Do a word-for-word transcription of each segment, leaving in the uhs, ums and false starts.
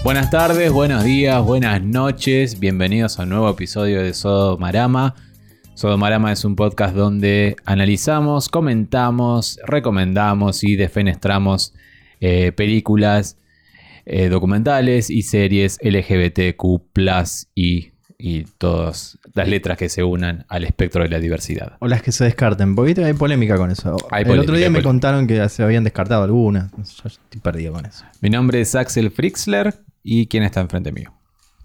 Buenas tardes, buenos días, buenas noches. Bienvenidos a un nuevo episodio de Sodomarama. Sodomarama es un podcast donde analizamos, comentamos, recomendamos y defenestramos eh, películas, eh, documentales y series L G B T Q plus, y, y todas las letras que se unan al espectro de la diversidad. O las que se descarten, porque hay polémica con eso. Hay El polémica, otro día me polémica. contaron que se habían descartado algunas. Yo estoy perdido con eso. Mi nombre es Axel Frixler y ¿quién está enfrente mío?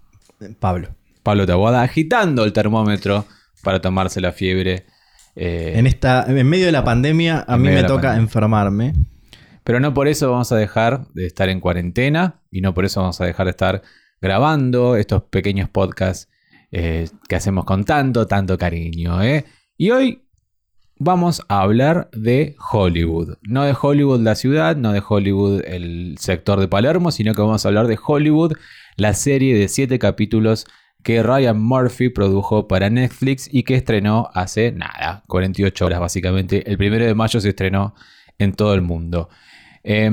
Pablo. Pablo Taboada, agitando el termómetro para tomarse la fiebre. Eh, En esta, en medio de la pandemia, a en mí medio me de la toca pandemia. enfermarme. Pero no por eso vamos a dejar de estar en cuarentena y no por eso vamos a dejar de estar grabando estos pequeños podcasts eh, que hacemos con tanto, tanto cariño. ¿eh? Y hoy vamos a hablar de Hollywood. No de Hollywood la ciudad, no de Hollywood el sector de Palermo, sino que vamos a hablar de Hollywood, la serie de siete capítulos que Ryan Murphy produjo para Netflix y que estrenó hace nada, cuarenta y ocho horas básicamente. El primero de mayo se estrenó en todo el mundo. Eh,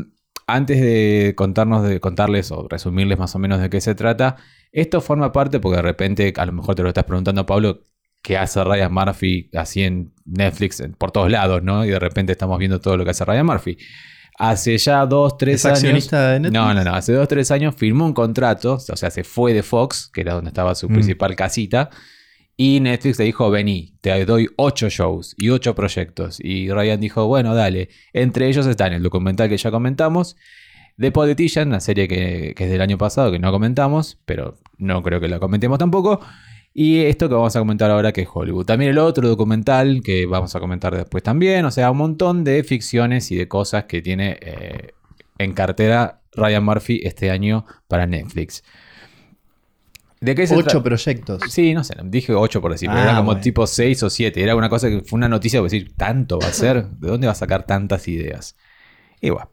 antes de contarnos, de contarles o resumirles más o menos de qué se trata, esto forma parte, porque de repente a lo mejor te lo estás preguntando, Pablo, ¿qué hace Ryan Murphy así en Netflix en, por todos lados, ¿no? Y de repente estamos viendo todo lo que hace Ryan Murphy. Hace ya dos, tres ¿Es años... accionista de Netflix? No, no, no. Hace dos, tres años firmó un contrato, o sea, se fue de Fox, que era donde estaba su Mm. principal casita, y Netflix le dijo, vení, te doy ocho shows y ocho proyectos. Y Ryan dijo, bueno, dale. Entre ellos están el documental que ya comentamos, The Politician, una serie que, que es del año pasado, que no comentamos, pero no creo que la comentemos tampoco. Y esto que vamos a comentar ahora, que es Hollywood. También el otro documental que vamos a comentar después también. O sea, un montón de ficciones y de cosas que tiene eh, en cartera Ryan Murphy este año para Netflix. ¿De qué se Ocho trata? proyectos. Sí, no sé, dije ocho por decir, pero Ah, era como bueno. tipo seis o siete. Era una cosa que fue una noticia por decir, ¿tanto va a ser? ¿De dónde va a sacar tantas ideas? Y bueno.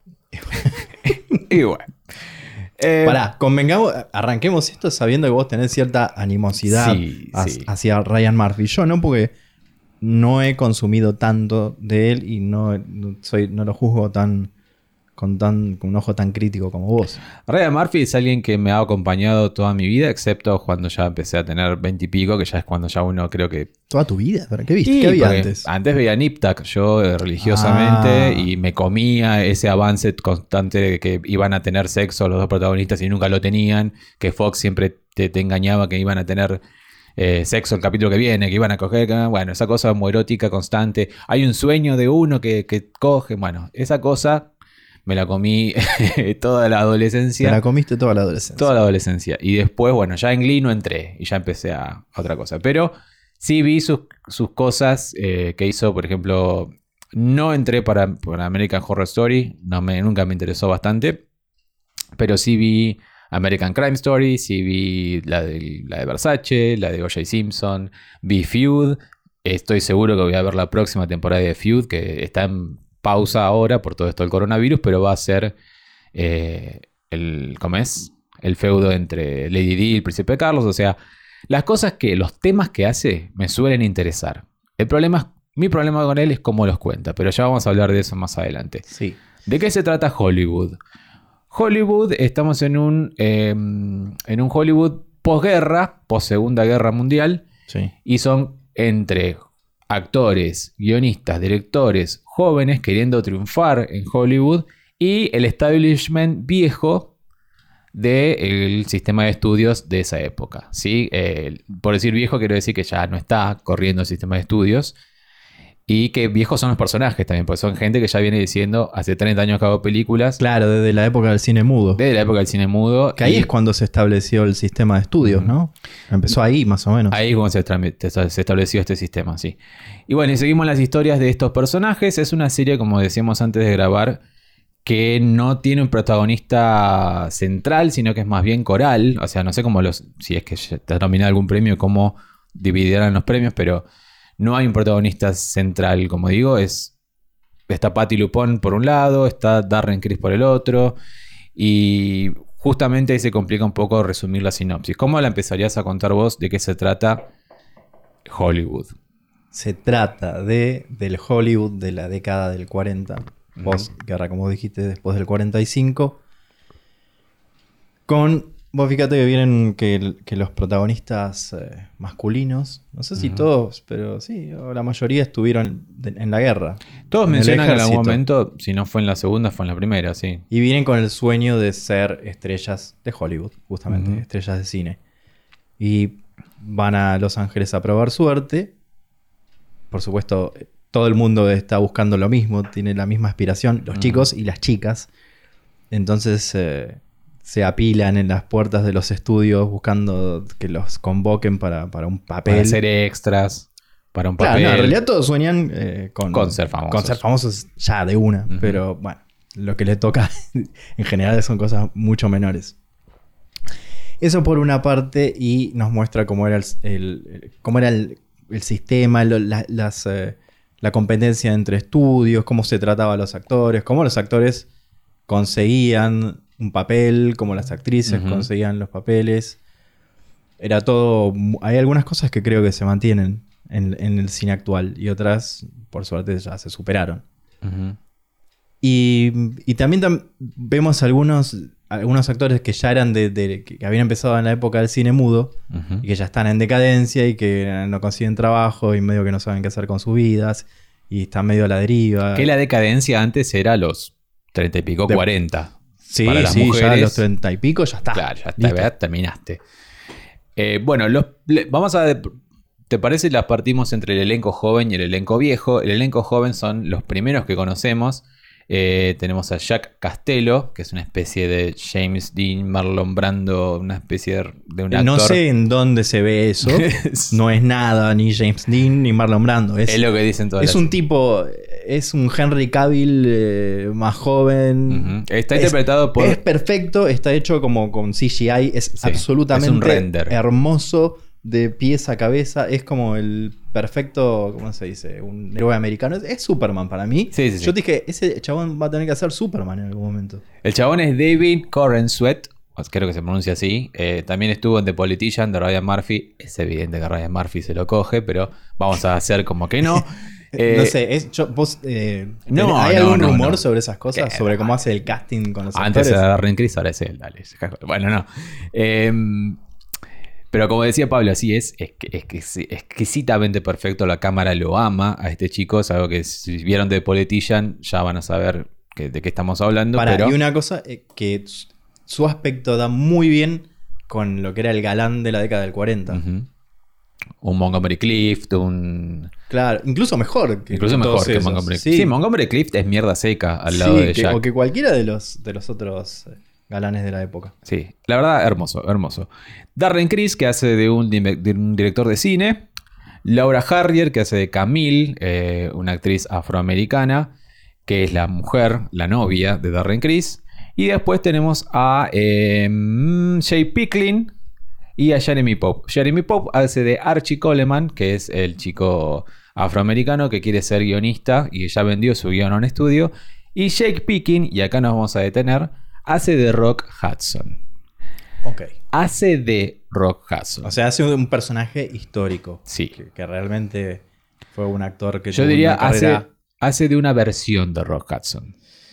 y bueno. Eh, Pará, convengamos, arranquemos esto sabiendo que vos tenés cierta animosidad Sí, ha- sí. hacia Ryan Murphy. Yo no, porque no he consumido tanto de él y no, no soy, no lo juzgo tan con, tan con un ojo tan crítico como vos. Ryan Murphy es alguien que me ha acompañado toda mi vida, excepto cuando ya empecé a tener veinte y pico, que ya es cuando ya uno creo que... ¿Toda tu vida? ¿Pero qué viste? Sí, ¿Qué había porque antes? Antes veía Nip Tuck yo eh, religiosamente Ah. y me comía ese avance constante de que iban a tener sexo los dos protagonistas y nunca lo tenían, que Fox siempre te, te engañaba que iban a tener eh, sexo el capítulo que viene, que iban a coger, que, bueno, esa cosa homoerótica constante. Hay un sueño de uno que, que coge, bueno, esa cosa me la comí toda la Te adolescencia. la comiste toda la adolescencia. Toda la adolescencia. Y después, bueno, ya en Glee no entré y ya empecé a, a otra cosa. Pero sí vi sus, sus cosas eh, que hizo, por ejemplo, no entré para, para American Horror Story, no me, nunca me interesó bastante, pero sí vi American Crime Story, sí vi la de, la de Versace, la de O J Simpson, vi Feud, estoy seguro que voy a ver la próxima temporada de Feud, que está en pausa ahora por todo esto del coronavirus, pero va a ser eh, el, ¿cómo es? El feudo entre Lady Di y el Príncipe Carlos. O sea, las cosas que, los temas que hace me suelen interesar. El problema es, mi problema con él es cómo los cuenta, pero ya vamos a hablar de eso más adelante. Sí. ¿De qué se trata Hollywood? Hollywood, estamos en un, eh, en un Hollywood posguerra, post Segunda Guerra Mundial, Sí. y son entre actores, guionistas, directores, jóvenes queriendo triunfar en Hollywood y el establishment viejo del sistema de estudios de esa época, ¿sí? Eh, por decir viejo quiero decir que ya no está corriendo el sistema de estudios y que viejos son los personajes también, porque son gente que ya viene diciendo hace treinta años que hago películas, Claro, desde la época del cine mudo. desde la época del cine mudo. Que ahí y es cuando se estableció el sistema de estudios, ¿no? Empezó ahí, más o menos. Ahí es como se, tra- se estableció este sistema, sí. Y bueno, y seguimos las historias de estos personajes. Es una serie, como decíamos antes de grabar, que no tiene un protagonista central, sino que es más bien coral. O sea, no sé cómo los... Si es que te ha nominado algún premio, cómo dividirán los premios, pero no hay un protagonista central, como digo. Es, está Patti LuPone por un lado, está Darren Criss por el otro. Y justamente ahí se complica un poco resumir la sinopsis. ¿Cómo la empezarías a contar vos de qué se trata Hollywood? Se trata de del Hollywood de la década del cuarenta. Ujú. Vos, que ahora como dijiste, después del cuarenta y cinco. Con, vos fíjate que vienen que, que los protagonistas eh, masculinos, no sé si uh-huh. todos, pero sí, la mayoría estuvieron de, en la guerra. Todos mencionan que en algún momento, si no fue en la segunda, fue en la primera, sí. Y vienen con el sueño de ser estrellas de Hollywood, justamente, uh-huh. estrellas de cine. Y van a Los Ángeles a probar suerte. Por supuesto, todo el mundo está buscando lo mismo, tiene la misma aspiración, los uh-huh. chicos y las chicas. Entonces eh, se apilan en las puertas de los estudios buscando que los convoquen para, para un papel. Para hacer extras, para un claro, papel. No, en realidad todos sueñan eh, con, con ser famosos. Con ser famosos ya de una. Uh-huh. Pero bueno, lo que le toca en general son cosas mucho menores. Eso por una parte, y nos muestra cómo era el, el, cómo era el, el sistema, lo, la, las, eh, la competencia entre estudios, cómo se trataba a los actores, cómo los actores conseguían un papel, cómo las actrices uh-huh. conseguían los papeles. Era todo... Hay algunas cosas que creo que se mantienen en, en el cine actual y otras, por suerte, ya se superaron. Uh-huh. Y, y también tam- vemos algunos... algunos actores que ya eran de, de que habían empezado en la época del cine mudo uh-huh. y que ya están en decadencia y que no consiguen trabajo y medio que no saben qué hacer con sus vidas y están medio a la deriva. Que la decadencia antes era los treinta y pico, de... cuarenta. Sí, para las sí, mujeres, ya a los treinta y pico ya está. Claro, ya está, ¿verdad? Terminaste. Eh, bueno, los, le, vamos a... ¿Te parece? Las partimos entre el elenco joven y el elenco viejo. El elenco joven son los primeros que conocemos. Eh, tenemos a Jack Castello, que es una especie de James Dean, Marlon Brando, una especie de, de un actor. No sé en dónde se ve eso. No es nada, ni James Dean, ni Marlon Brando. Es, es lo que dicen todas Es las... un tipo, es un Henry Cavill eh, más joven. Uh-huh. Está es, interpretado por... Es perfecto, está hecho como con C G I, es sí, absolutamente es un render. hermoso de pies a cabeza. Es como el perfecto, ¿cómo se dice? Un héroe americano. Es, es Superman para mí. Sí, sí, Yo sí. dije, ese chabón va a tener que hacer Superman en algún momento. El chabón es David Corenswet, creo que se pronuncia así. Eh, también estuvo en The Politician de Ryan Murphy. Es evidente que Ryan Murphy se lo coge, pero vamos a hacer como que no. Eh, no sé, es, yo, vos, eh, no, ¿hay no, algún no, rumor no. sobre esas cosas? ¿Qué? Sobre cómo hace el casting con los Antes actores. era Darren Criss, ahora es él. Dale. Bueno, no. Eh, pero como decía Pablo, sí, es, es, es, es exquisitamente perfecto. La cámara lo ama a este chico. Es algo que si vieron The Politician ya van a saber que, de qué estamos hablando. Para, pero... Y una cosa, eh, que su aspecto da muy bien con lo que era el galán de la década del cuarenta. Uh-huh. Un Montgomery Clift, un... Claro, incluso mejor que Incluso mejor que esos. Montgomery Sí. sí, Montgomery Clift es mierda seca al sí, lado de que, Jack. o que cualquiera de los, de los otros galanes de la época. Sí, la verdad, hermoso, hermoso. Darren Criss, que hace de un, de un director de cine. Laura Harrier, que hace de Camille, eh, una actriz afroamericana, que es la mujer, la novia de Darren Criss. Y después tenemos a eh, Jay Picklin y a Jeremy Pope. Jeremy Pope hace de Archie Coleman, que es el chico afroamericano que quiere ser guionista y que ya vendió su guion a un estudio. Y Jake Pickin, y acá nos vamos a detener, hace de Rock Hudson. Ok. Hace de Rock Hudson. O sea, hace un personaje histórico. Sí. Que, que realmente fue un actor que yo tuvo diría una carrera... hace, hace de una versión de Rock Hudson.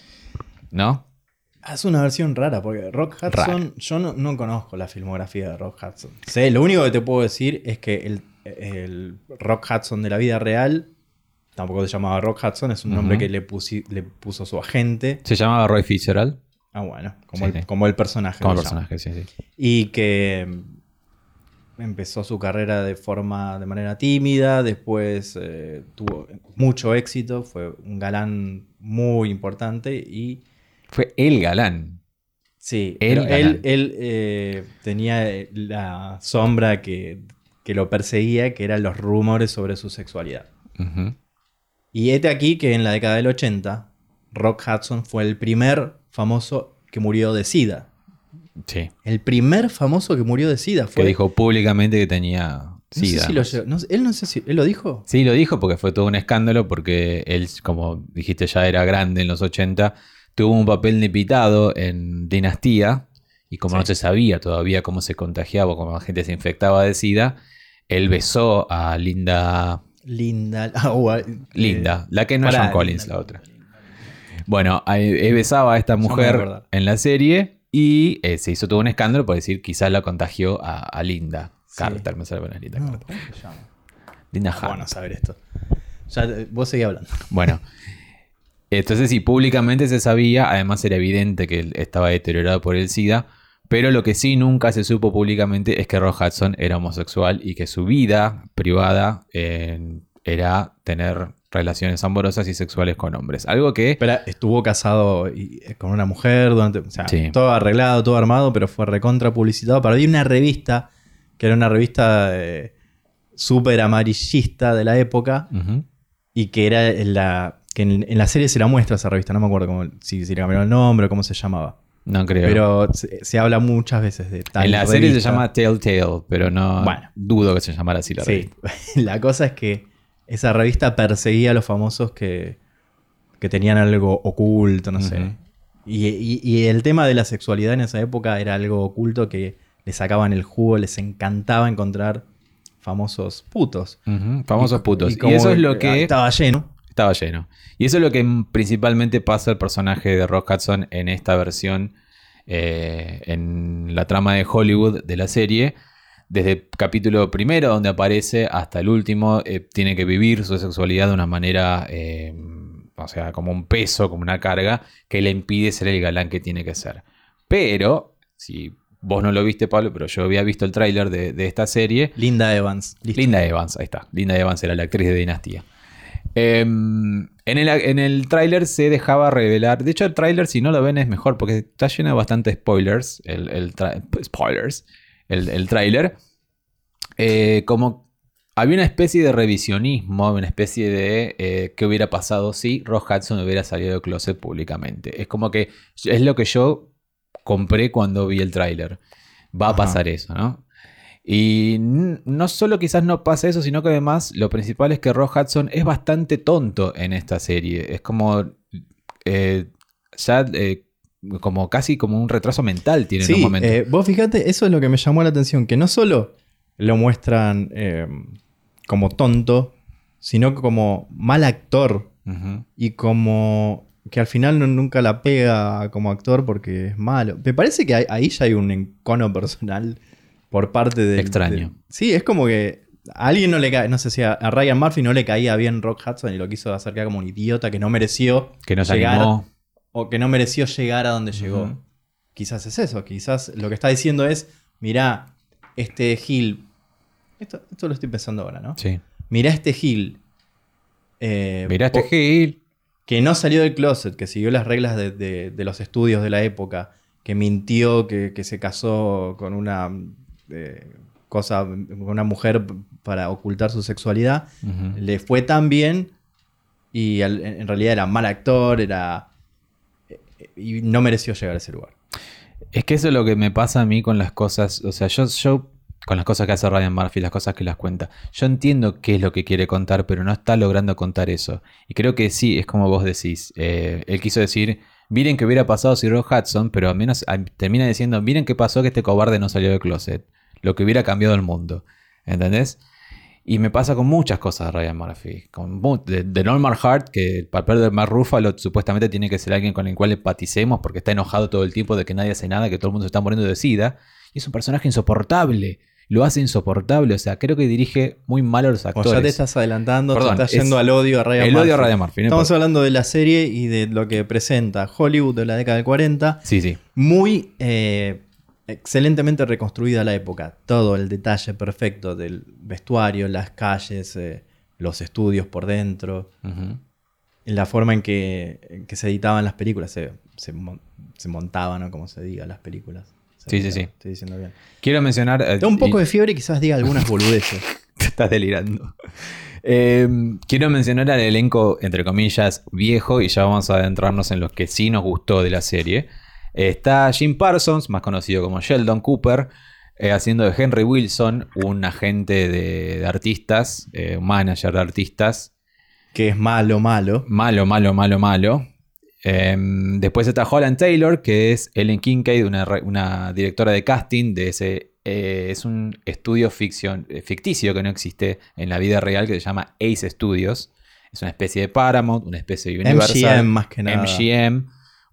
¿No? Hace una versión rara, porque Rock Hudson... Rara. Yo no, no conozco la filmografía de Rock Hudson. Sé, lo único que te puedo decir es que el, el Rock Hudson de la vida real... Tampoco se llamaba Rock Hudson, es un uh-huh. nombre que le, pusi, le puso su agente. Se llamaba Roy Fitzgerald. Ah, bueno, como, sí, el, sí. como el personaje. Como el personaje, sí, sí. Y que empezó su carrera de forma, de manera tímida, después eh, tuvo mucho éxito, fue un galán muy importante y... Fue el galán. Sí, el pero galán. él, él eh, tenía la sombra que, que lo perseguía, que eran los rumores sobre su sexualidad. Uh-huh. Y este aquí que en la década del ochenta, Rock Hudson fue el primer famoso que murió de SIDA. Sí. El primer famoso que murió de SIDA fue... Que dijo públicamente que tenía SIDA. No sé si lo, no, él no sé si... ¿Él lo dijo? Sí, lo dijo porque fue todo un escándalo porque él, como dijiste, ya era grande en los ochenta. Tuvo un papel nepitado en Dinastía. Y como sí. no se sabía todavía cómo se contagiaba o cómo la gente se infectaba de SIDA, él besó a Linda... Linda. Oh, eh, Linda. La que no es John Collins, Linda, la otra. Bueno, besaba a esta mujer en la serie Y eh, se hizo todo un escándalo por decir quizás la contagió a, a Linda Sí. Carter. Me sale buena Linda No, Carter. ¿cómo se llama? Linda Ah, Hunt. bueno, saber esto. Ya, eh, vos seguís hablando. Bueno, entonces sí, públicamente se sabía, además era evidente que él estaba deteriorado por el SIDA, pero lo que sí nunca se supo públicamente es que Rock Hudson era homosexual y que su vida privada eh, era tener relaciones amorosas y sexuales con hombres. Algo que... Pero estuvo casado y- con una mujer durante. O sea, Sí. todo arreglado, todo armado, pero fue recontra publicitado. Pero había una revista, que era una revista eh, súper amarillista de la época, Ujú. y que era en la. Que en, en la serie se la muestra esa revista, no me acuerdo cómo, si, si le cambiaron el nombre o cómo se llamaba. No creo. Pero se, se habla muchas veces de tal en la serie se revista. llama Telltale, pero no Bueno. dudo que se llamara así la Sí, revista. la cosa es que esa revista perseguía a los famosos que, que tenían algo oculto, no sé. Ujú. Y, y- y el tema de la sexualidad en esa época era algo oculto que les sacaban el jugo, les encantaba encontrar famosos putos. Ujú, famosos Y- putos. Y, como eso es lo que... estaba lleno. Estaba lleno. Y eso es lo que mm, principalmente pasa al personaje de Rock Hudson en esta versión, eh, en la trama de Hollywood de la serie. Desde el capítulo primero, donde aparece, hasta el último, eh, tiene que vivir su sexualidad de una manera, eh, o sea, como un peso, como una carga, que le impide ser el galán que tiene que ser. Pero, si vos no lo viste, Pablo, pero yo había visto el tráiler de, de esta serie. Linda Evans. Listo. Linda Evans, ahí está. Linda Evans era la actriz de Dinastía. Eh, en el, en el tráiler se dejaba revelar. De hecho, el tráiler, si no lo ven, es mejor porque está lleno de bastantes spoilers. El, el tra- spoilers. El, el tráiler. Eh, como había una especie de revisionismo, una especie de eh, qué hubiera pasado si Rock Hudson hubiera salido del closet públicamente. Es como que es lo que yo compré cuando vi el tráiler. Va a Ajá. pasar eso, ¿no? Y n- no solo quizás no pasa eso, sino que además lo principal es que Rock Hudson es bastante tonto en esta serie. Es como eh, ya eh, como casi como un retraso mental tiene en un Sí, momento. eh, vos fíjate, eso es lo que me llamó la atención, que no solo lo muestran eh, como tonto, sino como mal actor Ujú. y como que al final no- nunca la pega como actor porque es malo. Me parece que hay- ahí ya hay un encono personal por parte de... Extraño. Sí, es como que a alguien no le cae, no sé si a, a Ryan Murphy no le caía bien Rock Hudson y lo quiso hacer quedar como un idiota que no mereció Que nos llegar, animó. o que no mereció llegar a donde Ujú. llegó. Quizás es eso, quizás lo que está diciendo es, mirá, este Gil, esto, esto lo estoy pensando ahora, ¿no? Sí. Mirá este Gil, eh, Mirá este po- Gil. que no salió del closet, que siguió las reglas de, de- de los estudios de la época, que mintió, que, que se casó con una eh, cosa, con una mujer para ocultar su sexualidad, Ujú. le fue tan bien y al- en realidad era mal actor, era eh, y no mereció llegar a ese lugar. Es que eso es lo que me pasa a mí con las cosas. O sea, yo, yo con las cosas que hace Ryan Murphy, las cosas que las cuenta, yo entiendo qué es lo que quiere contar, pero no está logrando contar eso. Y creo que sí, es como vos decís. Eh, él quiso decir, miren qué hubiera pasado si Rock Hudson, pero al menos a- termina diciendo, miren qué pasó que este cobarde no salió del closet. Lo que hubiera cambiado el mundo. ¿Entendés? Y me pasa con muchas cosas de Ryan Murphy. Con mu- de, de Norman Hart, que el papel de Mark Ruffalo supuestamente tiene que ser alguien con el cual empaticemos porque está enojado todo el tiempo de que nadie hace nada, que todo el mundo se está muriendo de sida. Y es un personaje insoportable. Lo hace insoportable. O sea, creo que dirige muy mal a los O actores. ya te estás adelantando, Perdón, te estás es yendo al odio a Ryan el Murphy. odio a Ryan Murphy. no Estamos importa. hablando de la serie y de lo que presenta Hollywood de la década del cuarenta. Sí, sí. Muy eh, excelentemente reconstruida la época. Todo el detalle perfecto del vestuario, las calles, eh, los estudios por dentro, Ujú. la forma en que, en que se editaban las películas, se, se, mon- se montaban, o como se diga, las películas. Se Sí, sí, editaban, sí. Estoy diciendo bien. Quiero mencionar... eh, Tengo un poco y- de fiebre y quizás diga algunas boludeces. Te estás delirando. Eh, quiero mencionar al elenco, entre comillas, viejo, y ya vamos a adentrarnos en los que sí nos gustó de la serie. Eh, está Jim Parsons, más conocido como Sheldon Cooper, eh, haciendo de Henry Wilson, un agente de, de artistas, eh, un manager de artistas. Que es malo, malo. Malo, malo, malo, malo. Eh, después está Holland Taylor, que es Ellen Kincaid, una, re- una directora de casting de ese... eh, es un estudio ficción, eh, ficticio que no existe en la vida real, que se llama Ace Studios. Es una especie de Paramount, una especie de M Universal. G M más que nada. M G M,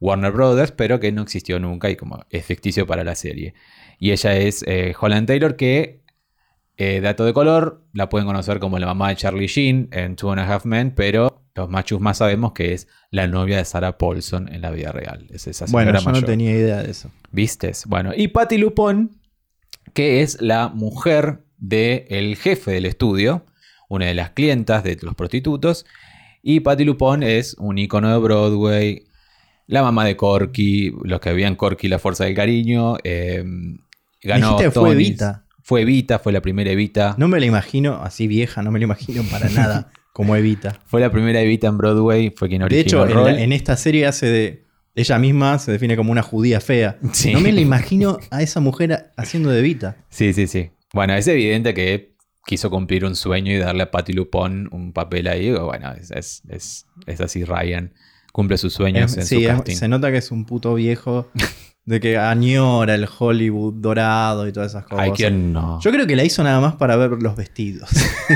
Warner Brothers, pero que no existió nunca y como es ficticio para la serie. Y ella es eh, Holland Taylor, que, eh, dato de color, la pueden conocer como la mamá de Charlie Sheen en Two and a Half Men, pero los machos más sabemos que es la novia de Sarah Paulson en la vida real. Es esa señora bueno, yo mayor. no tenía idea de eso. ¿Vistes? Bueno, y Patti LuPone, que es la mujer del jefe del estudio, una de las clientas de los prostitutos. Y Patti LuPone es un icono de Broadway, la mamá de Corky, los que veían Corky, La Fuerza del Cariño. Eh, ganó Dijiste fue Tonys. Evita. Fue Evita, fue la primera Evita. No me la imagino así vieja, no me la imagino para nada como Evita. Fue la primera Evita en Broadway, fue quien originó De hecho, el en, rol. la- en esta serie hace de... Ella misma se define como una judía fea. Sí. No me la imagino a esa mujer haciendo de Evita. Sí, sí, sí. Bueno, es evidente que quiso cumplir un sueño y darle a Patti LuPone un papel ahí. Bueno, es, es, es, es así, Ryan cumple sus sueños Es- en sí, su es- casting. se nota que es un puto viejo de que añora el Hollywood dorado y todas esas cosas. Ay, ¿quién no? Yo creo que la hizo nada más para ver los vestidos.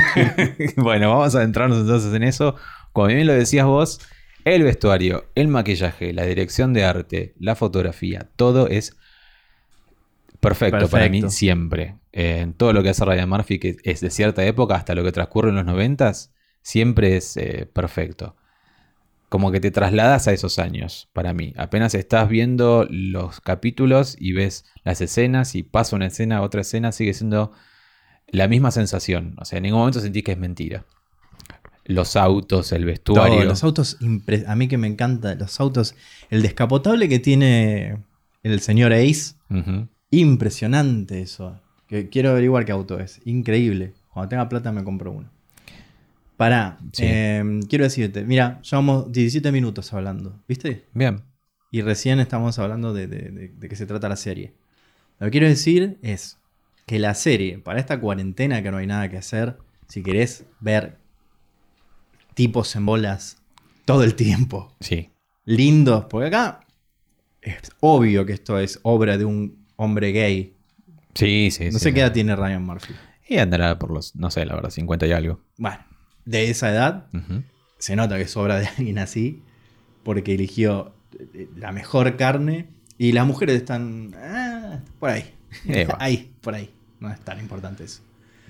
Bueno, vamos a adentrarnos entonces en eso. Como bien lo decías vos, el vestuario, el maquillaje, la dirección de arte, la fotografía, todo es perfecto, Perfecto. para mí siempre. En todo lo que hace Ryan Murphy, que es de cierta época hasta lo que transcurre en los noventas, siempre es eh, perfecto. Como que te trasladas a esos años, para mí. Apenas estás viendo los capítulos y ves las escenas y pasa una escena a otra escena, sigue siendo la misma sensación. O sea, en ningún momento sentís que es mentira. Los autos, el vestuario. Todo, los autos, impre- a mí que me encanta, los autos, el descapotable que tiene el señor Ace, Ujú. impresionante eso. Que quiero averiguar qué auto es, increíble. Cuando tenga plata me compro uno. Pará, Sí. eh, quiero decirte, mira, llevamos diecisiete minutos hablando, ¿viste? Bien. Y recién estamos hablando de, de, de, de qué se trata la serie. Lo que quiero decir es que la serie, para esta cuarentena que no hay nada que hacer, si querés ver tipos en bolas todo el tiempo, Sí. lindos, porque acá es obvio que esto es obra de un hombre gay. Sí, sí, No sí. sé qué edad tiene Ryan Murphy. Y andará por los, no sé, la verdad, cincuenta y algo. Bueno, de esa edad Ujú. se nota que es obra de alguien así, porque eligió la mejor carne y las mujeres están ah, por ahí. Eh, va. Ahí, por ahí. No es tan importante eso.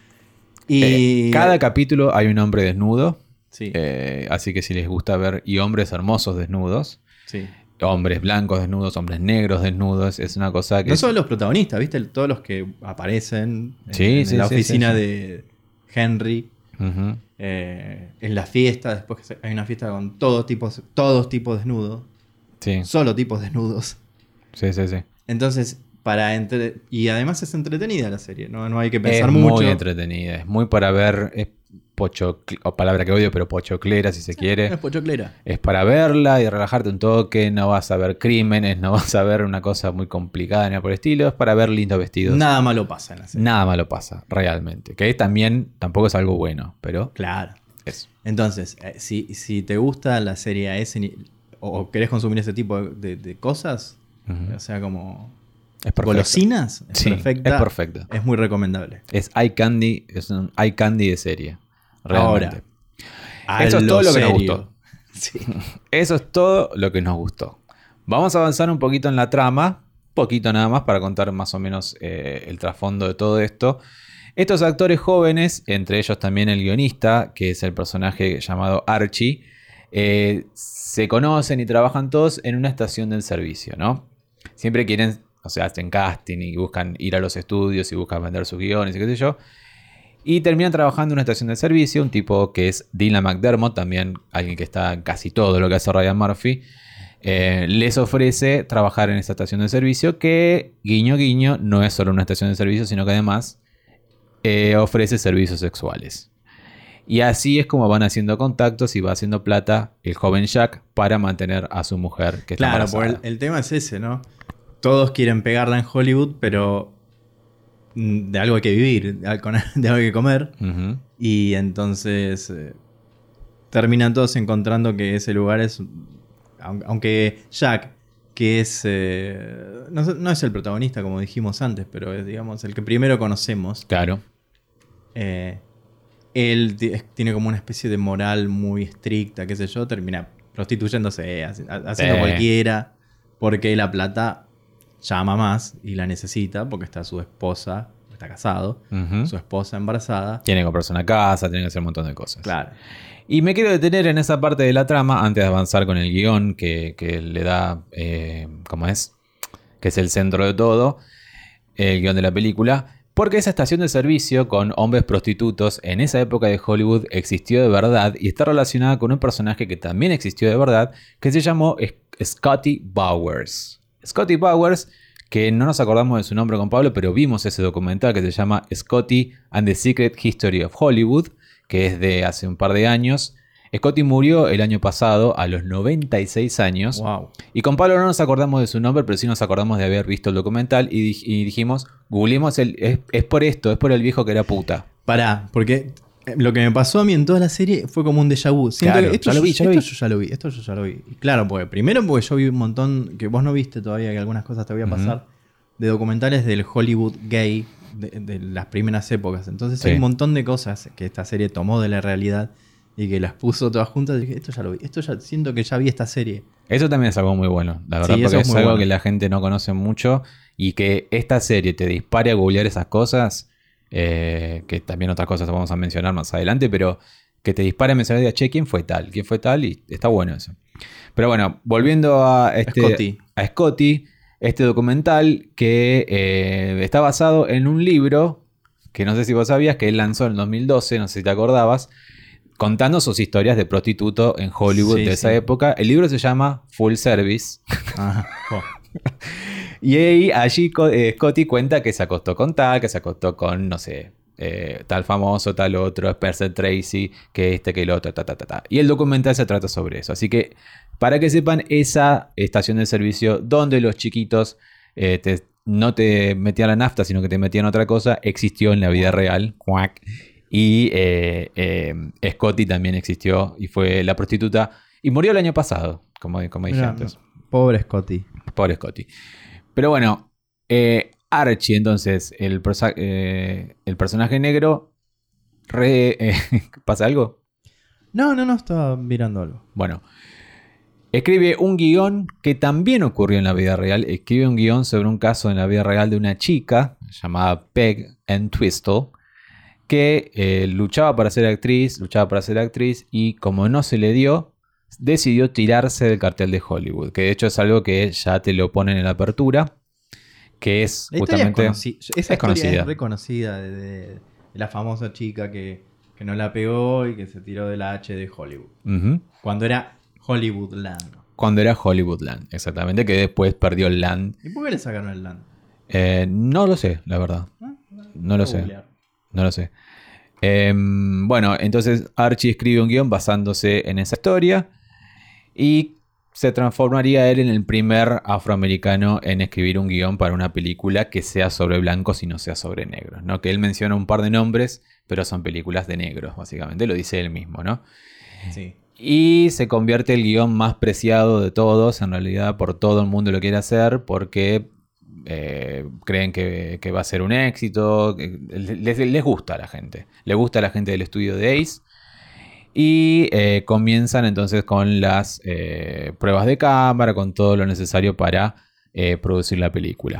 Y Eh, cada capítulo hay un hombre desnudo. sí, eh, así que si les gusta ver y hombres hermosos desnudos, sí. hombres blancos desnudos, hombres negros desnudos, es una cosa que... No es- solo los protagonistas, ¿viste? Todos los que aparecen en, Sí, en sí, la sí, oficina sí, sí. de Henry, Ujú. eh, en la fiesta, después que se- hay una fiesta con todos tipos, todos tipos desnudos, Sí, solo tipos desnudos. sí, sí, sí. Entonces, para entre... y además es entretenida la serie, no, no hay que pensar Es mucho. muy entretenida, es muy para ver, es pocho, o palabra que odio, pero pochoclera si se quiere. Es pochoclera. Es para verla y relajarte un toque, no vas a ver crímenes, no vas a ver una cosa muy complicada ni nada por el estilo, es para ver lindos vestidos. Nada malo pasa en la serie. Nada malo pasa, realmente. Que también tampoco es algo bueno, pero Claro. es. Entonces, eh, si, si te gusta la serie a ese ni- o, o querés consumir ese tipo de, de- de cosas, Ujú. o sea, como Es perfecto. golosinas, es Sí, perfecta. es perfecta. Es muy recomendable. Es eye candy, es un eye candy de serie. Realmente. Ahora, Eso a es todo lo que nos serio. gustó. Sí. Eso es todo lo que nos gustó. Vamos a avanzar un poquito en la trama, poquito nada más para contar más o menos eh, el trasfondo de todo esto. Estos actores jóvenes, entre ellos también el guionista, que es el personaje llamado Archie, eh, se conocen y trabajan todos en una estación del servicio, ¿no? Siempre quieren, o sea, hacen casting y buscan ir a los estudios y buscan vender sus guiones y qué sé yo. Y terminan trabajando en una estación de servicio, un tipo que es Dylan McDermott, también alguien que está en casi todo lo que hace Ryan Murphy. Eh, les ofrece trabajar en esta estación de servicio que, guiño guiño, no es solo una estación de servicio, sino que además eh, ofrece servicios sexuales. Y así es como van haciendo contactos y va haciendo plata el joven Jack para mantener a su mujer que está Claro, embarazada. porque el, el tema es ese, ¿no? Todos quieren pegarla en Hollywood, pero mm, de algo hay que vivir, de algo de algo hay que comer. Ujú. Y entonces eh, terminan todos encontrando que ese lugar es... aun- Aunque Jack, que es... eh, no, no es el protagonista, como dijimos antes, pero es, digamos, el que primero conocemos. Claro. eh, él ti- es- tiene como una especie de moral muy estricta, qué sé yo, termina prostituyéndose, haci- ha- haciendo Sí. cualquiera. porque la plata llama más y la necesita porque está su esposa, está casado, uh-huh. su esposa embarazada. Tiene que comprarse una casa, tiene que hacer un montón de cosas. Claro. Y me quiero detener en esa parte de la trama antes de avanzar con el guión que, que le da, eh, ¿cómo es? Que es el centro de todo, el guión de la película. Porque esa estación de servicio con hombres prostitutos en esa época de Hollywood existió de verdad y está relacionada con un personaje que también existió de verdad, que se llamó Scotty Bowers. Scotty Bowers, que no nos acordamos de su nombre con Pablo, pero vimos ese documental que se llama Scotty and the Secret History of Hollywood, que es de hace un par de años. Scotty murió el año pasado a los noventa y seis años. Wow. Y con Pablo no nos acordamos de su nombre, pero sí nos acordamos de haber visto el documental y, di- y dijimos, googleemos el... Es, es por esto, es por el viejo que era puta. Pará, porque lo que me pasó a mí en toda la serie fue como un déjà vu. Siento Claro, que esto ya lo vi, yo, ya lo esto vi. yo ya lo vi, esto yo ya lo vi. Y claro, porque primero porque yo vi un montón, que vos no viste todavía, que algunas cosas te voy a pasar, uh-huh. de documentales del Hollywood gay de, de las primeras épocas. Entonces Sí. hay un montón de cosas que esta serie tomó de la realidad y que las puso todas juntas y dije, esto ya lo vi, esto ya siento que ya vi esta serie. Eso también es algo muy bueno, la verdad, Sí, porque eso es, es muy algo bueno. que la gente no conoce mucho y que esta serie te dispare a googlear esas cosas, eh, que también otras cosas vamos a mencionar más adelante, pero que te dispare a mencionar, diga, che, ¿quién fue tal? ¿Quién fue tal? Y está bueno eso. Pero bueno, volviendo a este, Scotty. a Scotty, este documental que eh, está basado en un libro que no sé si vos sabías, que él lanzó en el dos mil doce, no sé si te acordabas, contando sus historias de prostituto en Hollywood Sí, de esa sí. época. El libro se llama Full Service. Ajá. Oh. Y ahí, allí eh, Scotty cuenta que se acostó con tal, que se acostó con, no sé, eh, tal famoso, tal otro, Spencer Tracy, que este, que el otro, ta, ta, ta, ta. Y el documental se trata sobre eso. Así que, para que sepan, esa estación de servicio donde los chiquitos eh, te, no te metían la nafta, sino que te metían otra cosa, existió en la vida real. Cuac. Y eh, eh, Scotty también existió y fue la prostituta. Y murió el año pasado, como, como dije Mira, antes. Pobre Scotty. Pobre Scotty. Pero bueno, eh, Archie, entonces, el, persa- eh, el personaje negro. Re, eh, ¿Pasa algo? No, no, no, estaba mirando algo. Bueno, escribe un guión que también ocurrió en la vida real. Escribe un guión sobre un caso en la vida real de una chica llamada Peg Entwistle, que eh, luchaba para ser actriz, luchaba para ser actriz y como no se le dio, decidió tirarse del cartel de Hollywood, que de hecho es algo que ya te lo ponen en la apertura, que es La historia justamente... es, conoci- esa es historia conocida. es reconocida de, de- de la famosa chica que, que no la pegó y que se tiró de la H de Hollywood. Ujú. Cuando era Hollywoodland. Cuando era Hollywoodland, exactamente, que después perdió el land. ¿Y por qué le sacaron el land? Eh, no lo sé, la verdad. ¿Ah? No lo Voy a sé. googlear. No lo sé. Eh, bueno, entonces Archie escribe un guión basándose en esa historia y se transformaría él en el primer afroamericano en escribir un guión para una película que sea sobre blancos y no sea sobre negros, ¿no? Que él menciona un par de nombres, pero son películas de negros, básicamente, lo dice él mismo, ¿no? Sí. Y se convierte el guión más preciado de todos, en realidad por todo el mundo lo quiere hacer, porque eh, creen que, que va a ser un éxito, que les, les gusta a la gente, le gusta a la gente del estudio de Ace. Y eh, comienzan entonces con las eh, pruebas de cámara, con todo lo necesario para eh, producir la película.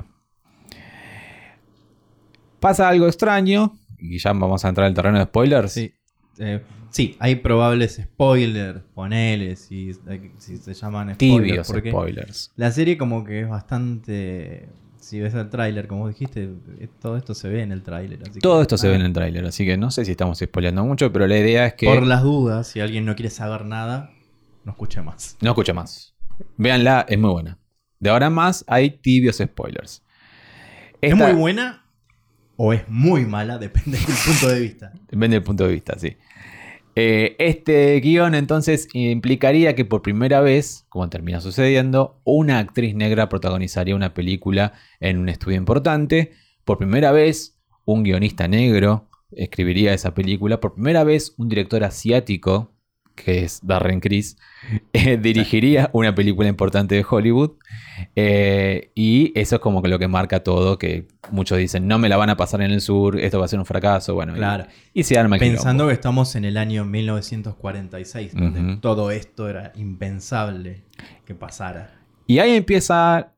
Pasa algo extraño, y ya vamos a entrar en el terreno de spoilers. Sí. Eh, sí, hay probables spoilers, ponele, si, si se llaman spoilers. Tibios porque spoilers. la serie como que es bastante... Si ves el tráiler, como dijiste, eh, todo esto se ve en el tráiler. así Todo que, esto se ah, ve en el tráiler, así que no sé si estamos spoileando mucho, pero la idea es que... Por las dudas, si alguien no quiere saber nada, no escuche más. No escucha más. Véanla, es muy buena. De ahora en más hay tibios spoilers. ¿Es Esta- muy buena o es muy mala? Depende del punto de vista. Depende del punto de vista, sí. Eh, este guión entonces implicaría que por primera vez, como termina sucediendo, una actriz negra protagonizaría una película en un estudio importante. Por primera vez, un guionista negro escribiría esa película. Por primera vez, un director asiático, que es Darren Criss, eh, dirigiría una película importante de Hollywood. Eh, y eso es como que lo que marca todo, que muchos dicen, no me la van a pasar en el sur, esto va a ser un fracaso. Bueno, Claro. y, y se arma el Pensando quilombo. que estamos en el año mil novecientos cuarenta y seis, donde Ujú. todo esto era impensable que pasara. Y ahí empieza,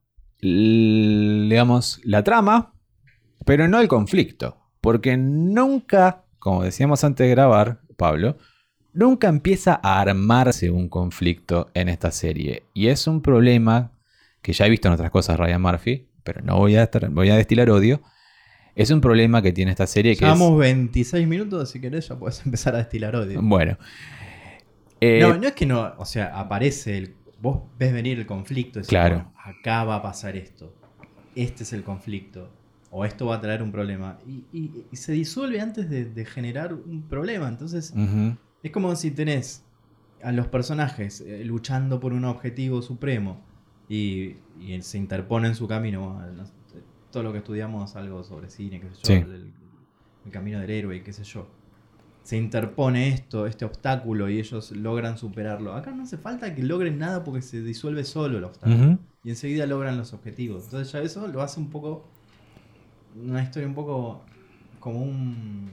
digamos, la trama, pero no el conflicto. Porque nunca, como decíamos antes de grabar, Pablo, nunca empieza a armarse un conflicto en esta serie. Y es un problema que ya he visto en otras cosas Ryan Murphy, pero no voy a, estar, voy a destilar odio. Es un problema que tiene esta serie que Llevamos es... veintiséis minutos, si querés ya puedes empezar a destilar odio. Bueno. Eh, no, no es que no, o sea, aparece, el, vos ves venir el conflicto y decís, claro. bueno, acá va a pasar esto, este es el conflicto, o esto va a traer un problema, y, y, y se disuelve antes de, de generar un problema, entonces uh-huh. es como si tenés a los personajes eh, luchando por un objetivo supremo, y, y se interpone en su camino, no, todo lo que estudiamos, algo sobre cine, qué sé yo, sí. el, el camino del héroe, qué sé yo. Se interpone esto, este obstáculo y ellos logran superarlo. Acá no hace falta que logren nada porque se disuelve solo el obstáculo. Uh-huh. Y enseguida logran los objetivos. Entonces ya eso lo hace un poco... Una historia un poco como un...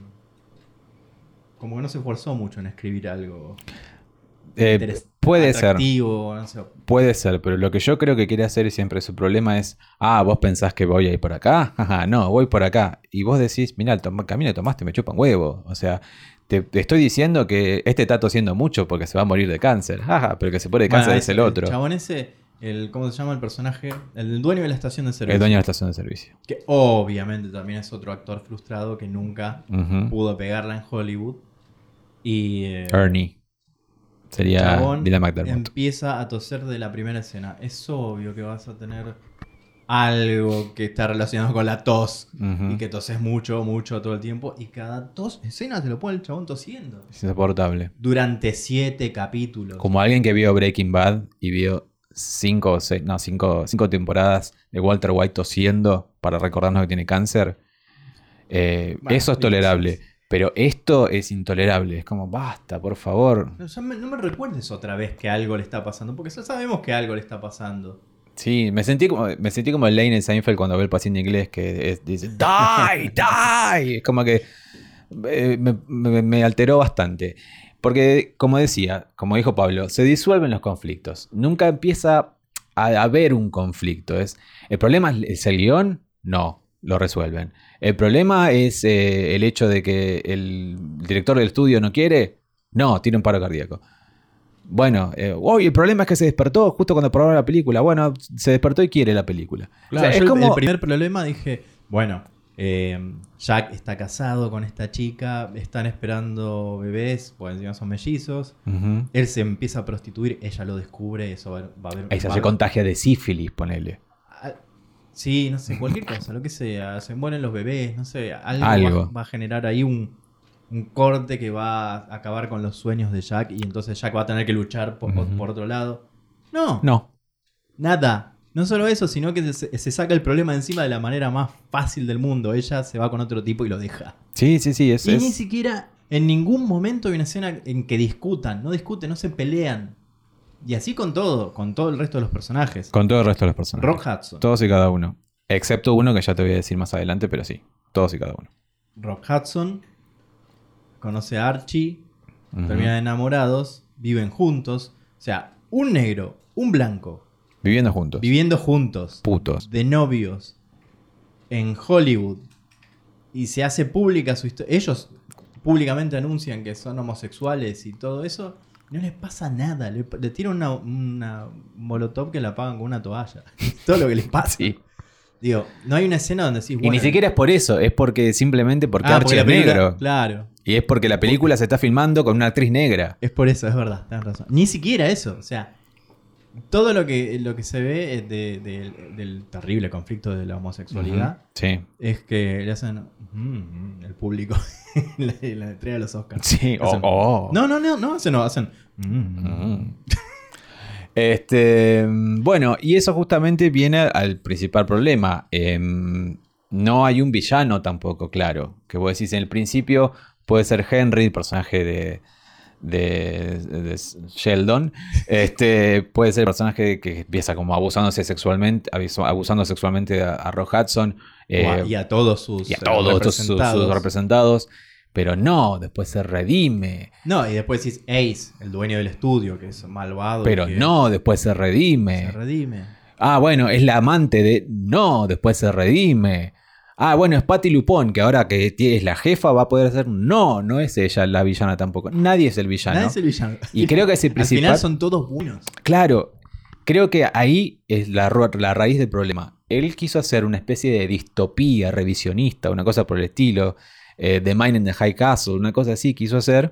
Como que no se esforzó mucho en escribir algo. Eh, puede ser. No sé. Puede ser, pero lo que yo creo que quiere hacer y siempre su problema es, ah, vos pensás que voy a ir por acá, ajá, no, voy por acá. Y vos decís, mirá, el tom- camino que tomaste me chupa un huevo. O sea, te, te estoy diciendo que este está tosiendo mucho porque se va a morir de cáncer. Ajá, pero que se muere de cáncer Bueno, es el otro. El chabón ese, el, ¿cómo se llama el personaje? El dueño de la estación de servicio. El dueño de la estación de servicio. Que obviamente también es otro actor frustrado que nunca Uh-huh. pudo pegarla en Hollywood. Y... Eh, Ernie. Sería Dylan McDermott. Empieza a toser de la primera escena. Es obvio que vas a tener algo que está relacionado con la tos. Uh-huh. Y que toses mucho, mucho todo el tiempo. Y cada tos escena te lo pone el chabón tosiendo. Es insoportable. Durante siete capítulos. Como alguien que vio Breaking Bad y vio cinco o seis, no, cinco, cinco temporadas de Walter White tosiendo para recordarnos que tiene cáncer. Eh, bueno, eso es tolerable. Pero esto es intolerable. Es como, basta, por favor. No, ya me, no me recuerdes otra vez que algo le está pasando. Porque ya sabemos que algo le está pasando. Sí, me sentí como, me sentí como Lane en Seinfeld cuando ve el paciente inglés que es, dice, ¡die! ¡Die! Es como que eh, me, me, me alteró bastante. Porque, como decía, como dijo Pablo, se disuelven los conflictos. Nunca empieza a haber un conflicto. ¿Es, ¿El problema es el guión? No, lo resuelven. ¿El problema es eh, el hecho de que el director del estudio no quiere? No, tiene un paro cardíaco. Bueno, eh, oh, el problema es que se despertó justo cuando probaron la película. Bueno, se despertó y quiere la película. Claro, o sea, yo es como... el primer problema dije, bueno, eh, Jack está casado con esta chica, están esperando bebés, porque encima son mellizos. Uh-huh. Él se empieza a prostituir, ella lo descubre, eso va, va a haber... Ella va se a... contagia de sífilis, ponele. Sí, no sé, cualquier cosa, lo que sea. Se mueren los bebés, no sé. Algo, Algo. Va, va a generar ahí un, un corte que va a acabar con los sueños de Jack. Y entonces Jack va a tener que luchar por, uh-huh. por otro lado. No. No. Nada. No solo eso, sino que se, se saca el problema de encima de la manera más fácil del mundo. Ella se va con otro tipo y lo deja. Sí, sí, sí. Es, y es... ni siquiera en ningún momento hay una escena en que discutan. No discuten, no se pelean. Y así con todo, con todo el resto de los personajes. Con todo el resto de los personajes. Rock Hudson. Todos y cada uno. Excepto uno que ya te voy a decir más adelante, pero sí. Todos y cada uno. Rock Hudson conoce a Archie, uh-huh. terminan enamorados, viven juntos. O sea, un negro, un blanco. Viviendo juntos. Viviendo juntos. Putos. De novios. En Hollywood. Y se hace pública su historia. Ellos públicamente anuncian que son homosexuales y todo eso. No les pasa nada. Le, le tiran una, una molotov que la apagan con una toalla. Todo lo que les pasa. Sí. Digo, no hay una escena donde decís... Bueno, y ni siquiera es por eso. Es porque simplemente porque ah, Archie porque es película, negro. Claro. Y es porque la película se está filmando con una actriz negra. Es por eso, es verdad. Tenés razón. Ni siquiera eso. O sea, todo lo que, lo que se ve de, de, del terrible conflicto de la homosexualidad uh-huh. sí. es que le hacen mm, el público en la, la entrega de los Oscars. Sí, hacen, oh, oh. No, no, no, no, hacen, no, hacen mm, mm. Este, bueno, y eso justamente viene al principal problema. Eh, no hay un villano tampoco, claro. Que vos decís en el principio puede ser Henry, el personaje de... De, de Sheldon, este puede ser el personaje que empieza como abusándose sexualmente, abusando sexualmente a, a Rock Hudson eh, y a todos sus y a todos representados. Sus, sus representados, pero no, después se redime. No, y después decís Ace, el dueño del estudio, que es malvado. Pero que no, después se redime. Se redime. Ah, bueno, es la amante de... No, después se redime. Ah, bueno, es Patti LuPone, que ahora que es la jefa va a poder hacer... No, no es ella la villana tampoco. Nadie es el villano. Nadie es el villano. Y creo que es el principal... Al final son todos buenos. Claro. Creo que ahí es la, la raíz del problema. Él quiso hacer una especie de distopía revisionista, una cosa por el estilo. Eh, The Man in the High Castle, una cosa así quiso hacer.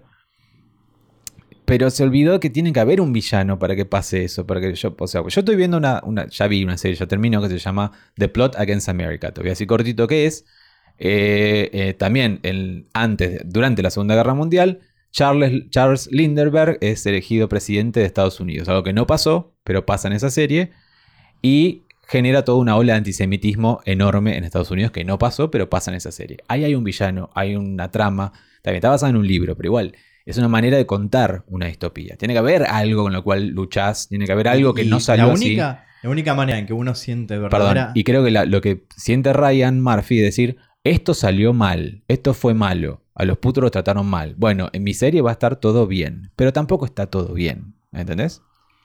Pero se olvidó que tiene que haber un villano para que pase eso. Para que yo, o sea, yo estoy viendo una, una... Ya vi una serie, ya terminó, que se llama The Plot Against America. Te voy a decir cortito qué es. Eh, eh, también, el, antes, durante la Segunda Guerra Mundial, Charles, Charles Lindbergh es elegido presidente de Estados Unidos. Algo que no pasó, pero pasa en esa serie. Y genera toda una ola de antisemitismo enorme en Estados Unidos, que no pasó, pero pasa en esa serie. Ahí hay un villano, hay una trama. También está basada en un libro, pero igual... Es una manera de contar una distopía. Tiene que haber algo con lo cual luchás. Tiene que haber algo que y no salió la única, así. La única manera en que uno siente verdadera... Perdón, y creo que la, lo que siente Ryan Murphy es decir, esto salió mal, esto fue malo, a los putos los trataron mal. Bueno, en mi serie va a estar todo bien, pero tampoco está todo bien. ¿Entendés?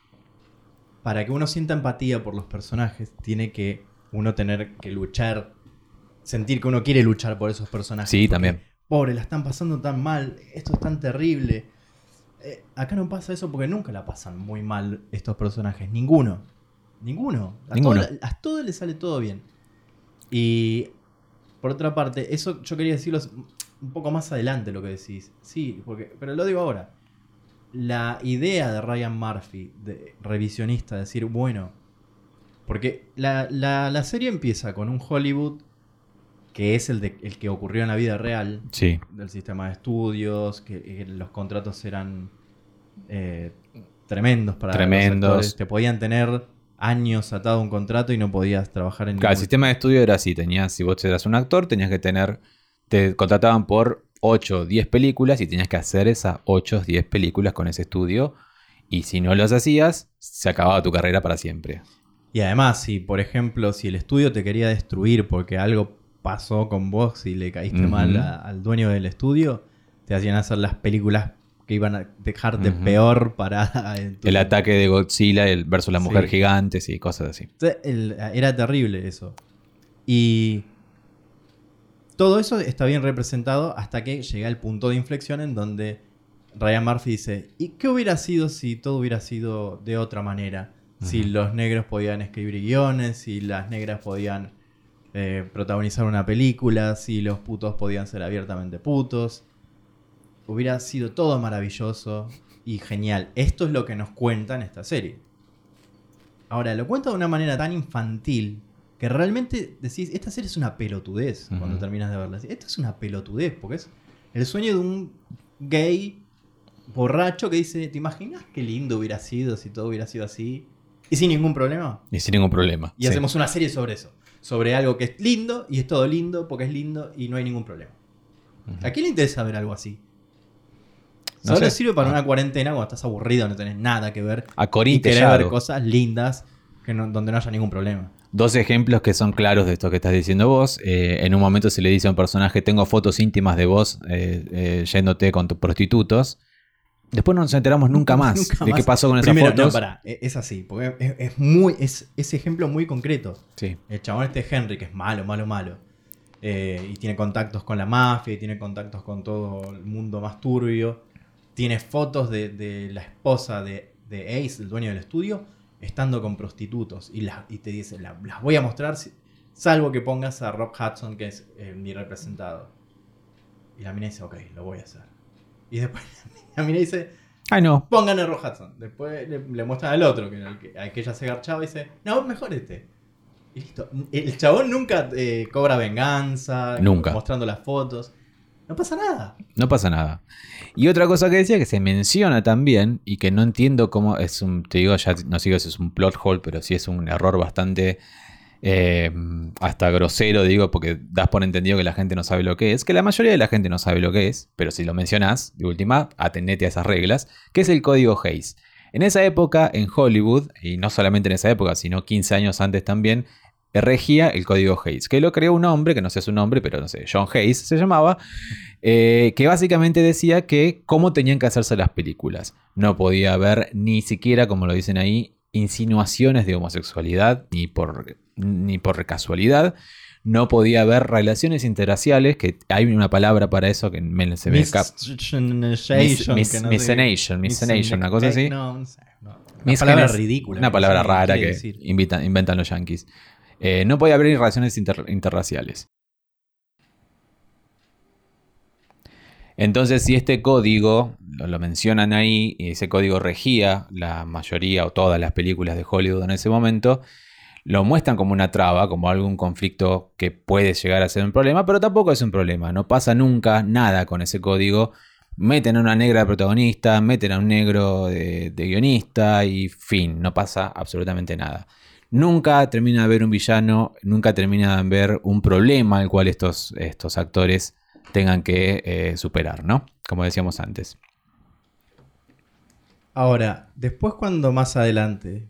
Para que uno sienta empatía por los personajes, tiene que uno tener que luchar, sentir que uno quiere luchar por esos personajes. Sí, también. Pobre, la están pasando tan mal, esto es tan terrible. Eh, acá no pasa eso porque nunca la pasan muy mal estos personajes. Ninguno. Ninguno. A, Ninguno. Todo, a todos les sale todo bien. Y por otra parte, eso yo quería decirlo un poco más adelante lo que decís. Sí, porque, pero lo digo ahora. La idea de Ryan Murphy, de revisionista, de decir, bueno, porque la, la, la serie empieza con un Hollywood que es el, de, el que ocurrió en la vida real, sí. Del sistema de estudios, que, que los contratos eran eh, tremendos para tremendos. Los actores. Te podían tener años atado a un contrato y no podías trabajar en Claro, ningún... el sistema de estudio era así. Tenías, si vos eras un actor, tenías que tener... Te contrataban por ocho o diez películas y tenías que hacer esas ocho o diez películas con ese estudio. Y si no las hacías, se acababa tu carrera para siempre. Y además, si por ejemplo, si el estudio te quería destruir porque algo pasó con vos y le caíste uh-huh. mal a, al dueño del estudio, te hacían hacer las películas que iban a dejarte uh-huh. peor parada. Tu... El ataque de Godzilla el versus la mujer sí. gigante, sí, cosas así. El, era terrible eso. Y todo eso está bien representado hasta que llega el punto de inflexión en donde Ryan Murphy dice, ¿y qué hubiera sido si todo hubiera sido de otra manera? Uh-huh. Si los negros podían escribir guiones, si las negras podían eh, protagonizar una película, si los putos podían ser abiertamente putos. Hubiera sido todo maravilloso y genial. Esto es lo que nos cuenta en esta serie. Ahora, lo cuenta de una manera tan infantil que realmente decís, esta serie es una pelotudez uh-huh. cuando terminas de verla. Esto es una pelotudez, porque es el sueño de un gay borracho que dice, ¿te imaginas qué lindo hubiera sido si todo hubiera sido así? Y sin ningún problema. Y sin ningún problema. Y sí. hacemos una serie sobre eso. Sobre algo que es lindo y es todo lindo porque es lindo y no hay ningún problema. Uh-huh. ¿A quién le interesa ver algo así? No Solo sé. Sirve para ah. una cuarentena cuando estás aburrido, no tenés nada que ver. A Corín y querés ver cosas lindas que no, donde no haya ningún problema. Dos ejemplos que son claros de esto que estás diciendo vos. Eh, en un momento se le dice a un personaje, tengo fotos íntimas de vos eh, eh, yéndote con tus prostitutos. Después no nos enteramos nunca más nunca de más. qué pasó con esas Primero, fotos. No, pará, es así, porque es, es muy es ese ejemplo muy concreto. Sí. El chabón este Henry, que es malo, malo, malo. Eh, y tiene contactos con la mafia, y tiene contactos con todo el mundo más turbio. Tiene fotos de, de la esposa de, de Ace, el dueño del estudio, estando con prostitutos. Y, la, y te dice, la, las voy a mostrar, salvo que pongas a Rock Hudson, que es eh, mi representado. Y la mina dice, ok, lo voy a hacer. Y después la mina dice, ay no, pongan a Rock Hudson. Después le, le muestran al otro, que, al, que, al que ella se garchaba y dice, no, mejor este. Y listo. El chabón nunca eh, cobra venganza. Nunca. Mostrando las fotos. No pasa nada. No pasa nada. Y otra cosa que decía que se menciona también y que no entiendo cómo es un, te digo, ya no sigo si es un plot hole, pero sí es un error bastante eh, hasta grosero, digo, porque das por entendido que la gente no sabe lo que es, que la mayoría de la gente no sabe lo que es, pero si lo mencionás, de última, atendete a esas reglas, que es el código Hays. En esa época, en Hollywood, y no solamente en esa época, sino quince años antes también, regía el código Hays, que lo creó un hombre, que no sé su nombre, pero no sé, John Hays se llamaba, eh, que básicamente decía que cómo tenían que hacerse las películas. No podía haber ni siquiera, como lo dicen ahí, insinuaciones de homosexualidad, ni por, ni por casualidad. No podía haber relaciones interraciales, que hay una palabra para eso que me, se me escapa. Miscegenation, miscegenation, una cosa así. No, no sé. No. Una palabra ridícula. Una palabra rara que invitan, inventan los yankees. Eh, no podía haber relaciones inter, interraciales. Entonces, si este código, lo, lo mencionan ahí, y ese código regía la mayoría o todas las películas de Hollywood en ese momento, lo muestran como una traba, como algún conflicto que puede llegar a ser un problema, pero tampoco es un problema. No pasa nunca nada con ese código. Meten a una negra de protagonista, meten a un negro de, de guionista y fin, no pasa absolutamente nada. Nunca termina de haber un villano, nunca termina de haber un problema al cual estos, estos actores tengan que eh, superar, ¿no? Como decíamos antes. Ahora, después cuando más adelante,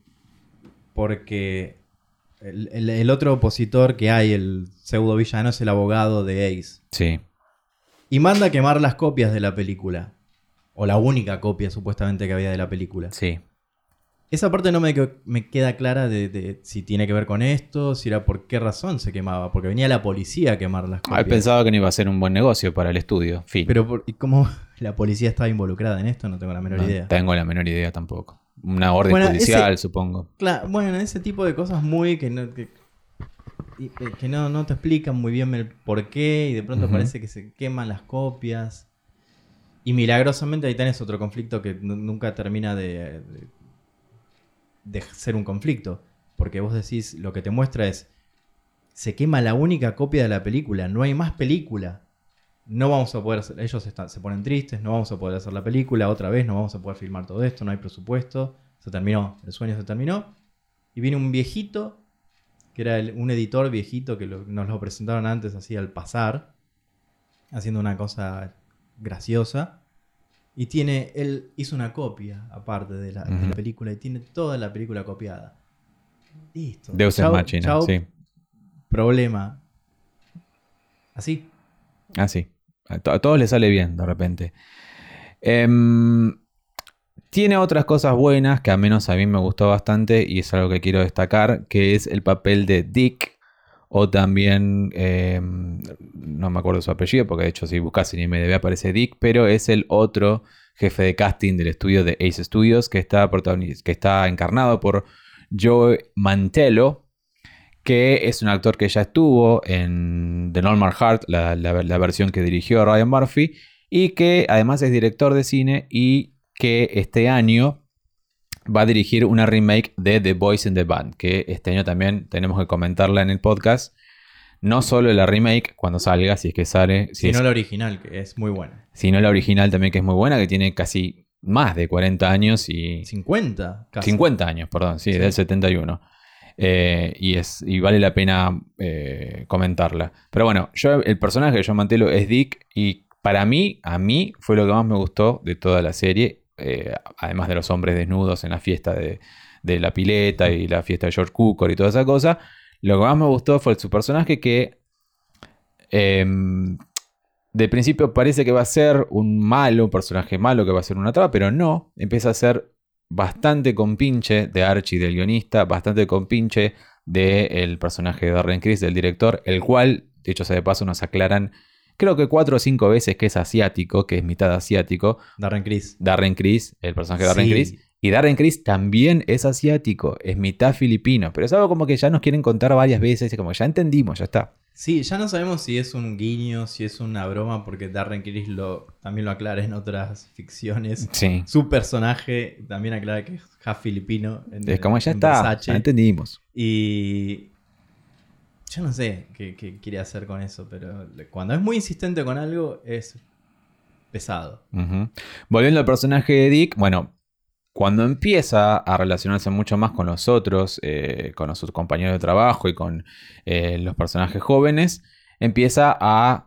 porque el, el, el otro opositor que hay, el pseudo villano, es el abogado de Ace. Sí. Y manda a quemar las copias de la película. O la única copia supuestamente que había de la película. Sí. Esa parte no me, me queda clara de, de si tiene que ver con esto, si era por qué razón se quemaba. Porque venía la policía a quemar las copias. Ah, pensaba que no iba a ser un buen negocio para el estudio. Fin. Pero, por, ¿y cómo la policía estaba involucrada en esto? No tengo la menor no idea. No tengo la menor idea tampoco. Una orden bueno, judicial, ese, supongo. Claro, bueno, ese tipo de cosas muy que no, que, que no, no te explican muy bien el por qué. Y de pronto uh-huh. parece que se queman las copias. Y milagrosamente ahí tenés otro conflicto que n- nunca termina de... de de ser un conflicto, porque vos decís, lo que te muestra es, se quema la única copia de la película, no hay más película, no vamos a poder hacer, ellos están, se ponen tristes, no vamos a poder hacer la película otra vez, no vamos a poder filmar todo esto, no hay presupuesto, se terminó, el sueño se terminó, y viene un viejito, que era el, un editor viejito que lo, nos lo presentaron antes así al pasar, haciendo una cosa graciosa. Y tiene, él hizo una copia aparte de la, uh-huh. de la película y tiene toda la película copiada. Listo. Deus ex machina, chau, sí. Problema. Así. Así. A, to- a todos les sale bien de repente. Um, tiene otras cosas buenas que al menos a mí me gustó bastante y es algo que quiero destacar, que es el papel de Dick. O también, eh, no me acuerdo su apellido, porque de hecho si buscas en I M D B aparece Dick, pero es el otro jefe de casting del estudio de Ace Studios, que está, protagoniz- que está encarnado por Joe Mantello, que es un actor que ya estuvo en The Normal Heart, la, la, la versión que dirigió Ryan Murphy, y que además es director de cine y que este año va a dirigir una remake de The Boys in the Band, que este año también tenemos que comentarla en el podcast. No solo la remake, cuando salga, si es que sale. Si sino es, la original, que es muy buena. Sino la original también, que es muy buena, que tiene casi más de cuarenta años y... cincuenta, casi. cincuenta años, perdón, sí, sí. Del setenta y uno. Eh, y, es, y vale la pena eh, comentarla. Pero bueno, yo el personaje de Joe Mantello es Dick y para mí, a mí, fue lo que más me gustó de toda la serie. Eh, además de los hombres desnudos en la fiesta de, de la pileta y la fiesta de George Cukor y toda esa cosa, lo que más me gustó fue su personaje que eh, de principio parece que va a ser un malo, un personaje malo que va a ser una traba, pero no, empieza a ser bastante compinche de Archie, del guionista, bastante compinche del personaje de Darren Criss, del director, el cual, de hecho, sea de paso, nos aclaran creo que cuatro o cinco veces que es asiático, que es mitad asiático. Darren Criss. Darren Criss, el personaje de Darren sí. Criss. Y Darren Criss también es asiático, es mitad filipino. Pero es algo como que ya nos quieren contar varias veces, y como ya entendimos, ya está. Sí, ya no sabemos si es un guiño, si es una broma, porque Darren Criss lo, también lo aclara en otras ficciones. Sí. Su personaje también aclara que es half filipino. En, es como ya está, Versace. Ya entendimos. Y... yo no sé qué, qué quiere hacer con eso, pero cuando es muy insistente con algo es pesado. Uh-huh. Volviendo al personaje de Dick, bueno, cuando empieza a relacionarse mucho más con los otros, eh, con sus compañeros de trabajo y con eh, los personajes jóvenes, empieza a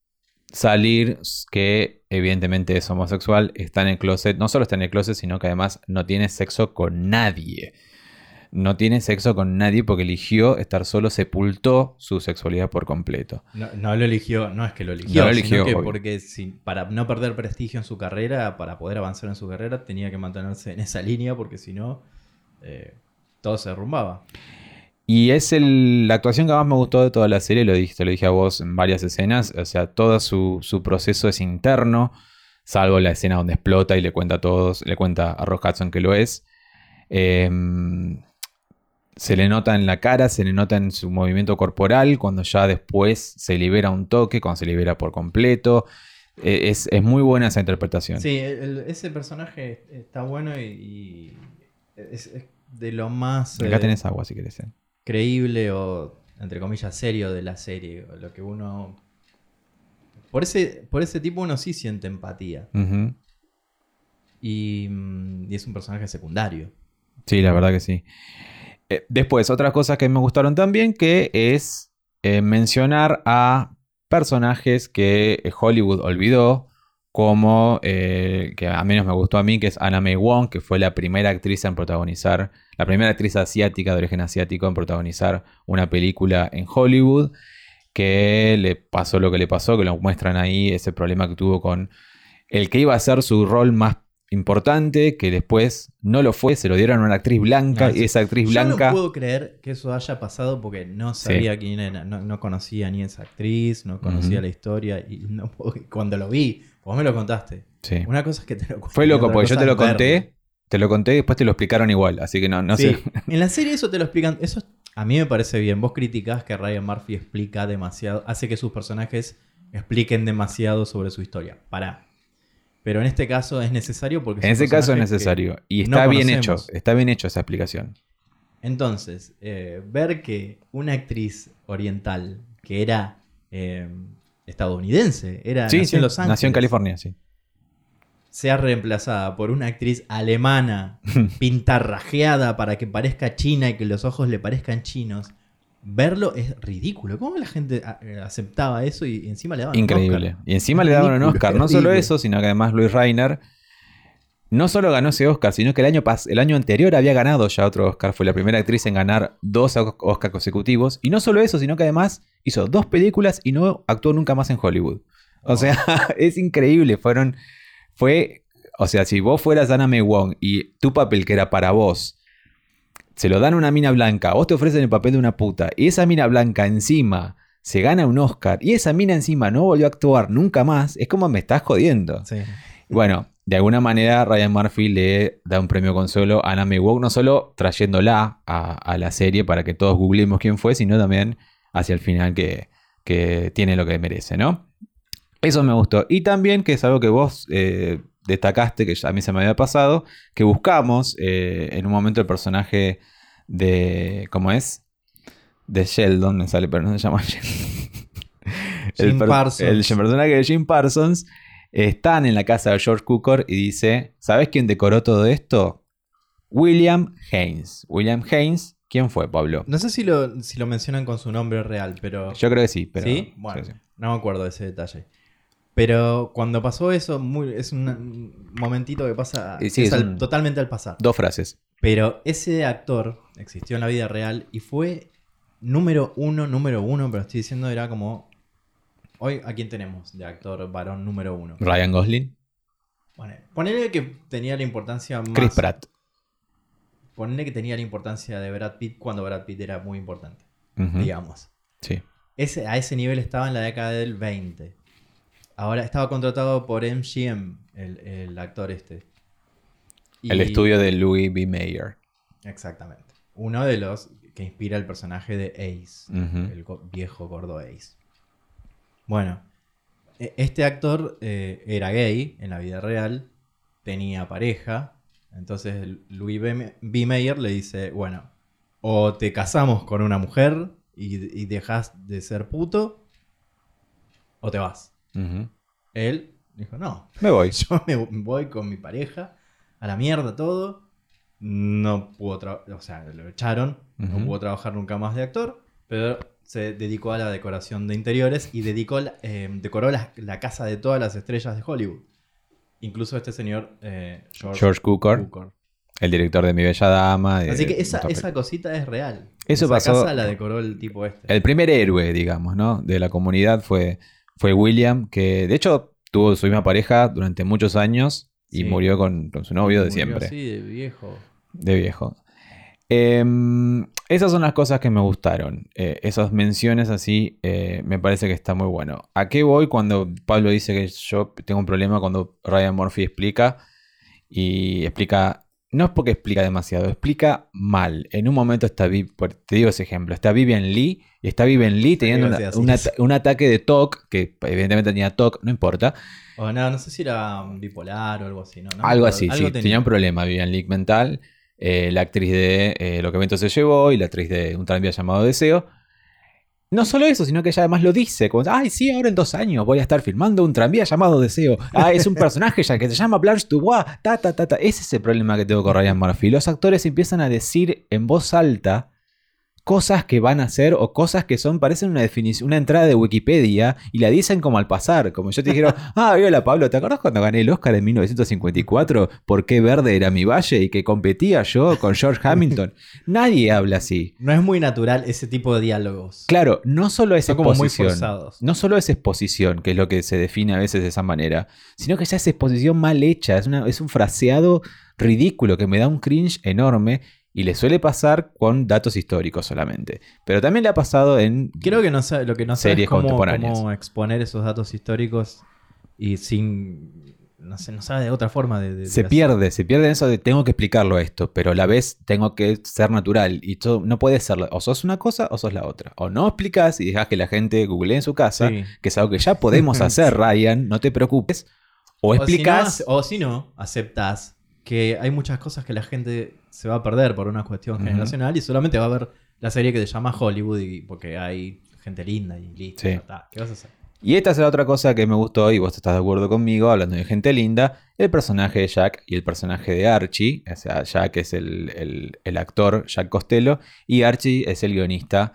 salir que evidentemente es homosexual, está en el closet, no solo está en el closet, sino que además no tiene sexo con nadie. No tiene sexo con nadie porque eligió estar solo, sepultó su sexualidad por completo. No, no lo eligió, no es que lo eligió, no lo eligió sino que porque si, para no perder prestigio en su carrera, para poder avanzar en su carrera, tenía que mantenerse en esa línea porque si no, eh, todo se derrumbaba. Y es el, la actuación que más me gustó de toda la serie, lo dije, te lo dije a vos en varias escenas, o sea, todo su, su proceso es interno, salvo la escena donde explota y le cuenta a todos, le cuenta a Rock Hudson que lo es. Eh, se le nota en la cara, se le nota en su movimiento corporal, cuando ya después se libera un toque, cuando se libera por completo. Eh, es, es muy buena esa interpretación. Sí, el, ese personaje está bueno y, y es, es de lo más... Acá eh, tenés agua si querés. Eh. creíble o, entre comillas, serio de la serie. Lo que uno... Por ese, por ese tipo uno sí siente empatía. Uh-huh. Y, y es un personaje secundario. Sí, la verdad que sí. Eh, después, otras cosas que me gustaron también, que es eh, mencionar a personajes que Hollywood olvidó, como eh, que a menos me gustó a mí, que es Anna May Wong, que fue la primera actriz en protagonizar, la primera actriz asiática de origen asiático en protagonizar una película en Hollywood, que le pasó lo que le pasó, que lo muestran ahí, ese problema que tuvo con el que iba a ser su rol más importante, que después no lo fue, se lo dieron a una actriz blanca, no, y esa actriz yo blanca... no puedo creer que eso haya pasado porque no sabía sí. quién era, no, no conocía ni esa actriz, no conocía uh-huh. la historia, y no puedo, cuando lo vi, vos me lo contaste. Sí. Una cosa es que te lo conté. Fue loco, porque yo te lo conté, verlo. te lo conté y después te lo explicaron igual, así que no, no sí. sé. En la serie eso te lo explican, eso a mí me parece bien. Vos criticás que Ryan Murphy explica demasiado, hace que sus personajes expliquen demasiado sobre su historia. Pará. Pero en este caso es necesario porque... En ese caso es necesario. Y está no bien hecho. Está bien hecho esa explicación. Entonces, eh, ver que una actriz oriental que era eh, estadounidense, era sí, nació sí, en Los Ángeles. Nació en California, sí. Sea reemplazada por una actriz alemana pintarrajeada para que parezca china y que los ojos le parezcan chinos. Verlo es ridículo. ¿Cómo la gente aceptaba eso y encima le daban Increíble. un Oscar? Y encima le daban un Oscar. No solo eso, sino que además Luis Reiner no solo ganó ese Oscar, sino que el año, pas- el año anterior había ganado ya otro Oscar. Fue la primera actriz en ganar dos Oscars consecutivos. Y no solo eso, sino que además hizo dos películas y no actuó nunca más en Hollywood. O oh. sea, es increíble. Fueron... Fue... O sea, si vos fueras Anna May Wong y tu papel que era para vos... Se lo dan a una mina blanca, vos te ofrecen el papel de una puta, y esa mina blanca encima se gana un Oscar, y esa mina encima no volvió a actuar nunca más, es como me estás jodiendo. Sí. Bueno, de alguna manera Ryan Murphy le da un premio consuelo a Anna May Wong, no solo trayéndola a, a la serie para que todos googlemos quién fue, sino también hacia el final que, que tiene lo que merece, ¿no? Eso me gustó. Y también, que es algo que vos eh, destacaste, que a mí se me había pasado, que buscamos eh, en un momento el personaje de... ¿Cómo es? De Sheldon, me sale, pero no se llama Sheldon. Jim el, Parsons. El personaje de Jim Parsons están en la casa de George Cukor y dice, ¿sabés quién decoró todo esto? William Haynes. William Haynes, ¿quién fue, Pablo? No sé si lo, si lo mencionan con su nombre real, pero... Yo creo que sí, pero... ¿Sí? Bueno, sí, sí. No me acuerdo de ese detalle. Pero cuando pasó eso, muy, es un momentito que pasa sí, es es al, un, totalmente al pasar. Dos frases. Pero ese actor existió en la vida real y fue número uno, número uno, pero estoy diciendo era como... Hoy, ¿a quién tenemos de actor varón número uno? Ryan Gosling. Bueno, ponele que tenía la importancia más... Chris Pratt. Ponele que tenía la importancia de Brad Pitt cuando Brad Pitt era muy importante, Uh-huh. digamos. Sí. Ese, a ese nivel estaba en la década del veinte. Ahora estaba contratado por M G M, el, el actor este. Y... El estudio de Louis B. Mayer. Exactamente. Uno de los que inspira el personaje de Ace, Uh-huh. el go- viejo gordo Ace. Bueno, e- este actor eh, era gay en la vida real, tenía pareja, entonces Louis B. B. Mayer le dice, bueno, o te casamos con una mujer y, y dejas de ser puto, o te vas. Uh-huh. Él dijo, no, Me voy. yo me voy con mi pareja a la mierda todo. No pudo trabajar, o sea, lo echaron, uh-huh. no pudo trabajar nunca más de actor, pero se dedicó a la decoración de interiores y dedicó la, eh, decoró la, la casa de todas las estrellas de Hollywood. Incluso este señor eh, George, George Cukor, Cukor. El director de Mi Bella Dama. De, Así que esa, esa cosita es real. Eso esa pasó. casa la decoró el tipo este. El primer héroe, digamos, ¿no? De la comunidad fue, fue William, que de hecho tuvo su misma pareja durante muchos años y Sí. murió con, con su novio de Murió siempre. así de viejo. De viejo. Eh, esas son las cosas que me gustaron. Eh, esas menciones así eh, me parece que está muy bueno. ¿A qué voy cuando Pablo dice que yo tengo un problema cuando Ryan Murphy explica? Y explica... No es porque explica demasiado, explica mal. En un momento está... Te digo ese ejemplo. Está Vivian Lee. Y está Vivian Lee teniendo una, una, un ataque de T O C. Que evidentemente tenía T O C, no importa. O no, no sé si era bipolar o algo así. No, no algo así, algo sí. Tenía. tenía un problema Vivian Lee mental. Eh, la actriz de eh, Lo que Viento se llevó y la actriz de Un tranvía llamado Deseo. No solo eso, sino que ella además lo dice. Como, ay, sí, ahora en dos años voy a estar filmando Un tranvía llamado Deseo. Ah, es un personaje ya que se llama Blanche Dubois. Ta, ta, ta, ta. Ese es el problema que tengo con Ryan Murphy. Los actores empiezan a decir en voz alta cosas que van a hacer o cosas que son, parecen una definición, una entrada de Wikipedia y la dicen como al pasar, como yo te dijeron, ah, hola Pablo, ¿te acordás cuando gané el Oscar en mil novecientos cincuenta y cuatro? ¿Por qué verde era mi valle y que competía yo con George Hamilton? Nadie habla así. No es muy natural ese tipo de diálogos. Claro, no solo es son como exposición, muy forzados. No solo es exposición, que es lo que se define a veces de esa manera, sino que ya es exposición mal hecha, es, una, es un fraseado ridículo que me da un cringe enorme. Y le suele pasar con datos históricos solamente. Pero también le ha pasado en Creo que no sabe, lo que no sabe series es cómo, contemporáneas. cómo exponer esos datos históricos y sin... No sé, no sabe de otra forma de... de se de pierde, se pierde en eso de tengo que explicarlo esto, pero a la vez tengo que ser natural. Y todo, no puede ser, o sos una cosa o sos la otra. O no explicas y dejas que la gente googlee en su casa, sí. que es algo que ya podemos hacer, Ryan, no te preocupes. O explicas... O si no, o si no aceptás que hay muchas cosas que la gente se va a perder por una cuestión uh-huh. generacional y solamente va a ver la serie que se llama Hollywood y porque hay gente linda y listo. Sí. ¿Qué vas a hacer? Y esta es la otra cosa que me gustó y vos estás de acuerdo conmigo, hablando de gente linda, el personaje de Jack y el personaje de Archie. O sea, Jack es el, el, el actor Jack Costello y Archie es el guionista.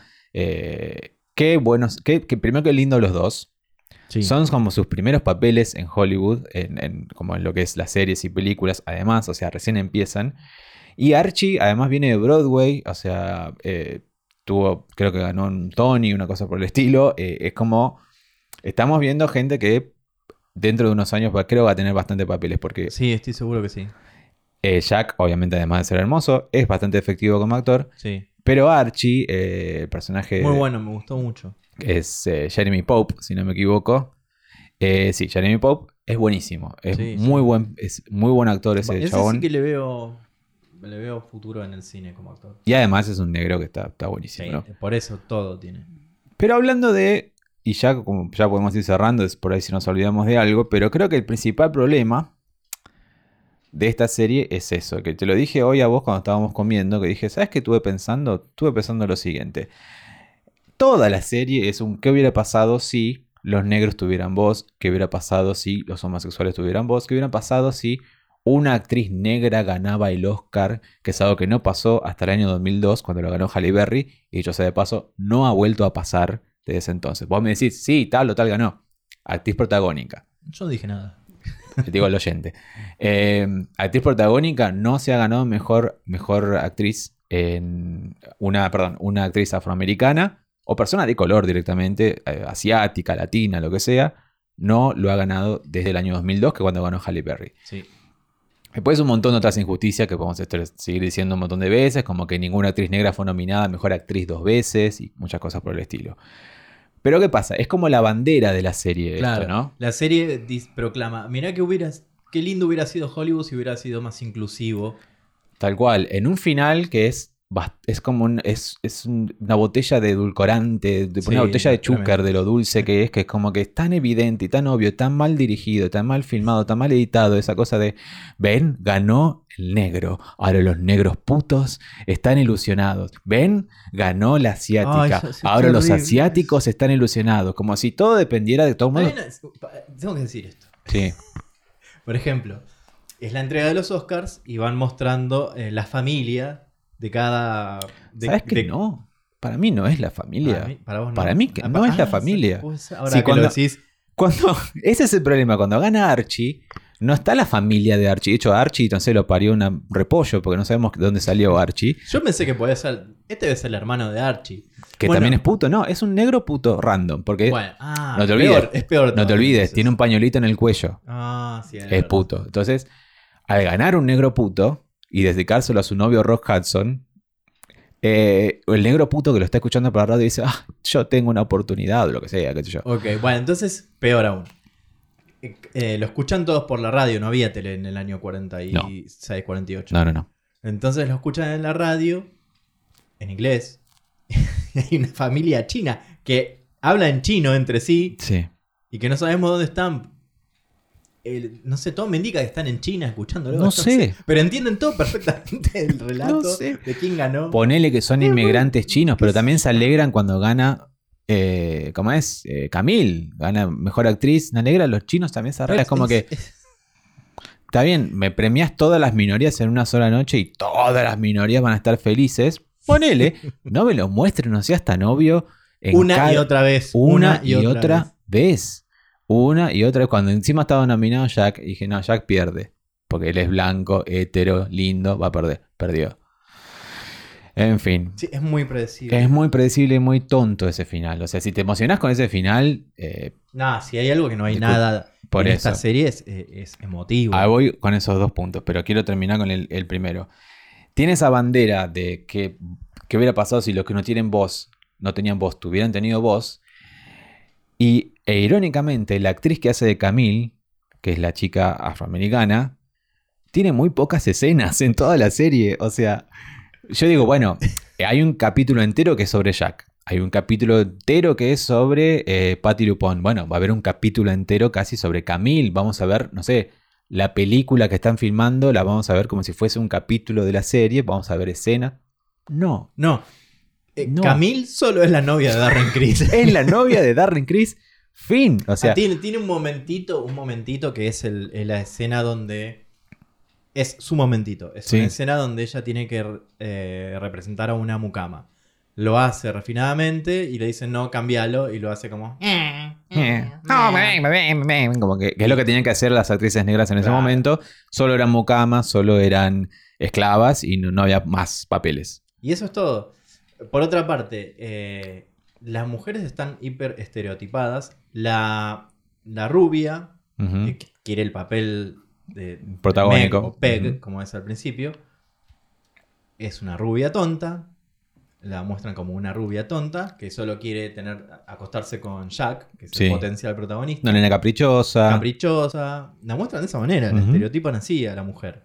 Eh, qué buenos, qué, qué, primero que lindo los dos. Sí. Son como sus primeros papeles en Hollywood, en, en, como en lo que es las series y películas, además, o sea, recién empiezan. Y Archie, además, viene de Broadway, o sea, eh, tuvo, creo que ganó un Tony, una cosa por el estilo. Eh, es como, estamos viendo gente que dentro de unos años va, creo va a tener bastante papeles, porque... Sí, estoy seguro que sí. Eh, Jack, obviamente, además de ser hermoso, es bastante efectivo como actor. Sí. Pero Archie, eh, el personaje... Muy bueno, me gustó mucho. Es eh, Jeremy Pope, si no me equivoco. Eh, sí, Jeremy Pope es buenísimo. Es sí, muy sí. buen, es muy buen actor ese, ese chabón. Sí que le veo, le veo futuro en el cine como actor. Y además es un negro que está, está buenísimo, sí, ¿no? Por eso todo tiene. Pero hablando de, y ya como ya podemos ir cerrando, es por ahí si nos olvidamos de algo, pero creo que el principal problema de esta serie es eso, que te lo dije hoy a vos cuando estábamos comiendo, que dije, ¿sabes qué estuve pensando? Estuve pensando lo siguiente. Toda la serie es un ¿qué hubiera pasado si los negros tuvieran voz? ¿Qué hubiera pasado si los homosexuales tuvieran voz? ¿Qué hubiera pasado si una actriz negra ganaba el Oscar? Que es algo que no pasó hasta el año dos mil dos, cuando lo ganó Halle Berry. Y dicho sea de paso, no ha vuelto a pasar desde ese entonces. Vos me decís, sí, tal o tal ganó. Actriz protagónica. Yo no dije nada. Te digo al oyente. Eh, actriz protagónica no se ha ganado mejor, mejor actriz en una, perdón, una actriz afroamericana o persona de color directamente, eh, asiática, latina, lo que sea, no lo ha ganado desde el año dos mil dos, que cuando ganó Halle Berry. Sí. Después un montón de otras injusticias que podemos estar, seguir diciendo un montón de veces, como que ninguna actriz negra fue nominada a mejor actriz dos veces y muchas cosas por el estilo. Pero ¿qué pasa? Es como la bandera de la serie, claro, esto, ¿no? La serie dis- proclama, mirá que hubieras, qué lindo hubiera sido Hollywood si hubiera sido más inclusivo. Tal cual, en un final que es es como un, es, es una botella de edulcorante, de, sí, una botella de chúcar de lo dulce que es, que es como que es tan evidente y tan obvio, tan mal dirigido, tan mal filmado, tan mal editado, esa cosa de, ven, ganó el negro, ahora los negros putos están ilusionados, ven, ganó la asiática, Ay, ahora los asiáticos están ilusionados, como si todo dependiera de todo el mundo. Tengo que decir esto. Sí. Por ejemplo, es la entrega de los Oscars y van mostrando eh, la familia de cada... De, ¿Sabes qué? De... No, para mí no es la familia. Para mí, para vos no. Para mí que ah, no ah, es la familia. Pues ahora sí, que cuando, lo decís... Cuando, ese es el problema, cuando gana Archie, no está la familia de Archie. De hecho, Archie entonces lo parió un repollo, porque no sabemos de dónde salió Archie. Yo pensé que podía ser... Este debe ser el hermano de Archie. Que bueno, también es puto, no, es un negro puto random, porque bueno, ah, no te olvides, peor, es peor no te olvides, entonces. Tiene un pañuelito en el cuello. Ah, sí, es, es puto. Entonces, al ganar un negro puto y dedicárselo a su novio Rock Hudson, Eh, el negro puto que lo está escuchando por la radio dice, ah, yo tengo una oportunidad o lo que sea, qué sé yo. Ok, bueno, entonces, peor aún. Eh, eh, lo escuchan todos por la radio, no había tele en el año cuarenta y seis, no. cuarenta y ocho. No, no, no. Entonces lo escuchan en la radio, en inglés. Hay una familia china que habla en chino entre sí. Sí. Y que no sabemos dónde están. El, no sé, todo me indica que están en China escuchándolo. No, no sé. sé. Pero entienden todo perfectamente el relato no sé. de quién ganó. Ponele que son inmigrantes chinos, pero también se alegran cuando gana, eh, ¿cómo es? Eh, Camille, gana mejor actriz. Me alegra, los chinos también se arreglan. Es como que, está bien, me premias todas las minorías en una sola noche y todas las minorías van a estar felices. Ponele, no me lo muestres, no seas tan obvio. En una cada, y otra vez. Una, una y, y otra, otra vez. vez. Una y otra vez. Cuando encima estaba nominado Jack, dije, no, Jack pierde. Porque él es blanco, hetero, lindo, va a perder. Perdió. En fin. Sí, es muy predecible. Es muy predecible y muy tonto ese final. O sea, si te emocionás con ese final... Eh, no, si hay algo que no hay nada por en eso. esta serie es, es emotivo. Ah, voy con esos dos puntos, pero quiero terminar con el, el primero. Tiene esa bandera de que, que hubiera pasado si los que no tienen voz, no tenían voz, tuvieran tenido voz. Y e, irónicamente, la actriz que hace de Camille, que es la chica afroamericana, tiene muy pocas escenas en toda la serie. O sea, yo digo, bueno, hay un capítulo entero que es sobre Jack. Hay un capítulo entero que es sobre eh, Patti LuPone. Bueno, va a haber un capítulo entero casi sobre Camille. Vamos a ver, no sé, la película que están filmando, la vamos a ver como si fuese un capítulo de la serie. Vamos a ver escena. No. No. Eh, no. Camille solo es la novia de Darren Criss. Es la novia de Darren Criss. Fin. O sea, ah, tiene, tiene un momentito, un momentito que es el, el, la escena donde... Es su momentito. Es sí. una escena donde ella tiene que eh, representar a una mucama. Lo hace refinadamente y le dicen no, cambialo. Y lo hace como... Como que, que es lo que tenían que hacer las actrices negras en ese claro. momento. Solo eran mucamas, solo eran esclavas y no, no había más papeles. Y eso es todo. Por otra parte, eh, las mujeres están hiper estereotipadas. La, la rubia, uh-huh. que quiere el papel de protagónico, de Meg o Peg, uh-huh. como es al principio, es una rubia tonta. La muestran como una rubia tonta que solo quiere tener acostarse con Jack, que es sí. el potencial protagonista. Una nena caprichosa. Caprichosa. La muestran de esa manera, uh-huh. la estereotipan así a la mujer.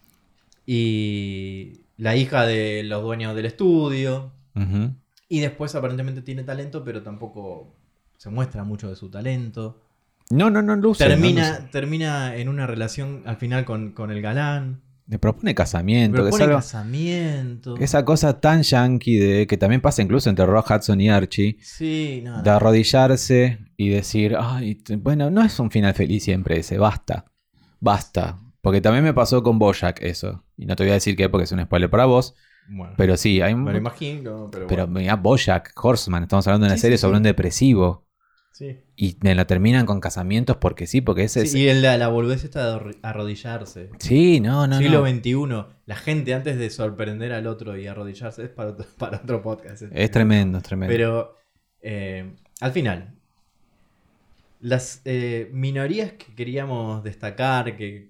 Y la hija de los dueños del estudio. Uh-huh. Y después aparentemente tiene talento, pero tampoco se muestra mucho de su talento. No, no, no luce. Termina, no luce. termina en una relación al final con, con el galán. Le propone casamiento. Le propone que es algo, casamiento. Esa cosa tan yankee de que también pasa incluso entre Rock Hudson y Archie. Sí, no. De arrodillarse y decir, ay, bueno, no es un final feliz siempre ese, basta. Basta. Porque también me pasó con BoJack eso. Y no te voy a decir qué porque es un spoiler para vos. Bueno, pero sí, hay un... Me lo imagino, pero Pero bueno. mira, BoJack Horseman, estamos hablando de una sí, serie sí, sobre sí. un depresivo. Sí. Y me la terminan con casamientos porque sí, porque ese sí, es... Y la, la boludez está de arrodillarse. Sí, no, no, Siglo no. veintiuno. La gente antes de sorprender al otro y arrodillarse es para otro, para otro podcast. Es, es tremendo, es tremendo. Pero eh, al final, las eh, minorías que queríamos destacar, que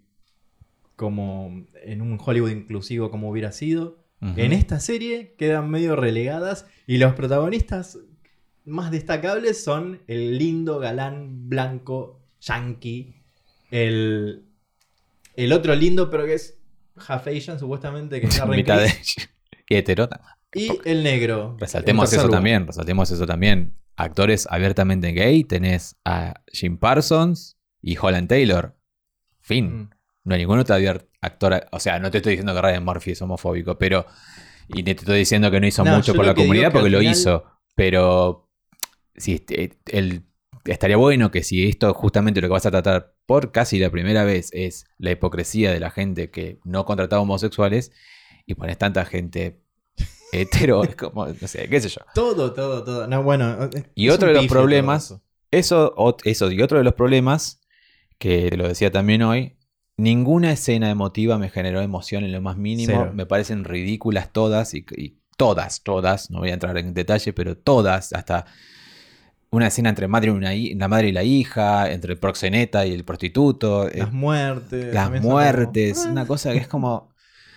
como en un Hollywood inclusivo como hubiera sido, uh-huh. en esta serie quedan medio relegadas y los protagonistas más destacables son el lindo galán blanco yankee, el, el otro lindo pero que es half Asian supuestamente, que es Darren Criss, y hetero. Y el negro. Resaltemos eso lugar. también, resaltemos eso también. Actores abiertamente gay, tenés a Jim Parsons y Holland Taylor. Fin. Mm. No hay ningún otro actor, o sea, no te estoy diciendo que Ryan Murphy es homofóbico, pero y te estoy diciendo que no hizo no, mucho por la comunidad porque lo final... hizo, pero sí, el, estaría bueno que si esto justamente lo que vas a tratar por casi la primera vez es la hipocresía de la gente que no contrataba homosexuales y pones tanta gente hetero, es como, no sé, qué sé yo. Todo, todo, todo. No, bueno, y otro de los problemas, eso. Eso, eso, y otro de los problemas, que te lo decía también hoy, ninguna escena emotiva me generó emoción en lo más mínimo. Cero. Me parecen ridículas todas y, y todas, todas, no voy a entrar en detalle, pero todas, hasta una escena entre madre y una, la madre y la hija, entre el proxeneta y el prostituto. Las eh, muertes. Las muertes, como... una cosa que es como...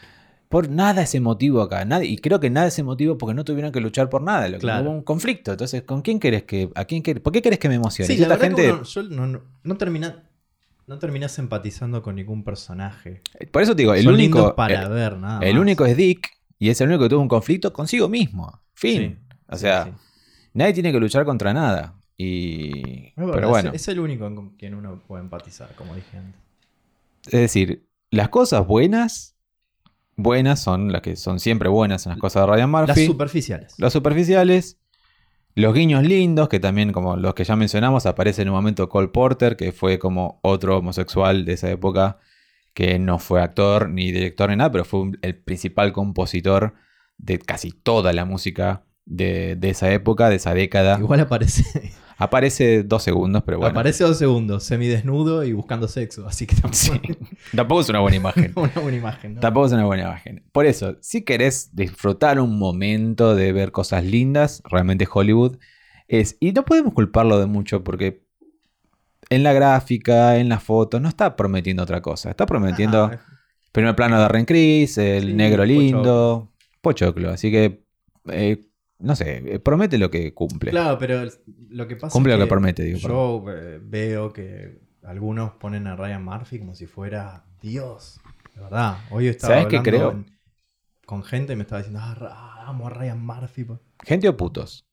Por nada es emotivo acá. Nada, y creo que nada es emotivo porque no tuvieron que luchar por nada. Lo que Claro. hubo un conflicto. Entonces, ¿con quién querés que, a quién querés, ¿por qué querés que me emocione? Sí, Y la esta verdad gente, que uno- yo no, no, no termina- no terminás empatizando con ningún personaje. por eso te digo, el Son único, lindos para el, ver, nada el más. único es Dick y es el único que tuvo un conflicto consigo mismo. Fin. Sí, o sí, sea, sí. nadie tiene que luchar contra nada. Y, Es verdad, pero bueno, es, es el único con quien uno puede empatizar, como dije antes. es decir, las cosas buenas, buenas son las que son siempre buenas en las cosas de Ryan Murphy. Las superficiales. Los superficiales, los guiños lindos, que también, como los que ya mencionamos, aparece en un momento Cole Porter, que fue como otro homosexual de esa época, que no fue actor ni director ni nada, pero fue un- el principal compositor de casi toda la música de, de esa época, de esa década. Igual aparece, Aparece dos segundos, pero bueno. aparece dos segundos, semidesnudo y buscando sexo. Así que tampoco, Sí. Tampoco es una buena imagen. una buena imagen, ¿no? Tampoco es una buena imagen. Por eso, si querés disfrutar un momento de ver cosas lindas, realmente Hollywood es... Y no podemos culparlo de mucho porque en la gráfica, en la foto, no está prometiendo otra cosa. Está prometiendo Ah, primer plano de Darren Criss, el Sí, negro pochoclo. lindo, pochoclo. Así que, eh, no sé, eh, promete lo que cumple. claro, pero el- lo que pasa Cumple es lo que promete, digo, yo eh, veo que algunos ponen a Ryan Murphy como si fuera Dios. De verdad. Hoy estaba ¿Sabes qué hablando creo? en- con gente y me estaba diciendo, ah, Ra- amo a Ryan Murphy. po". Gente o putos.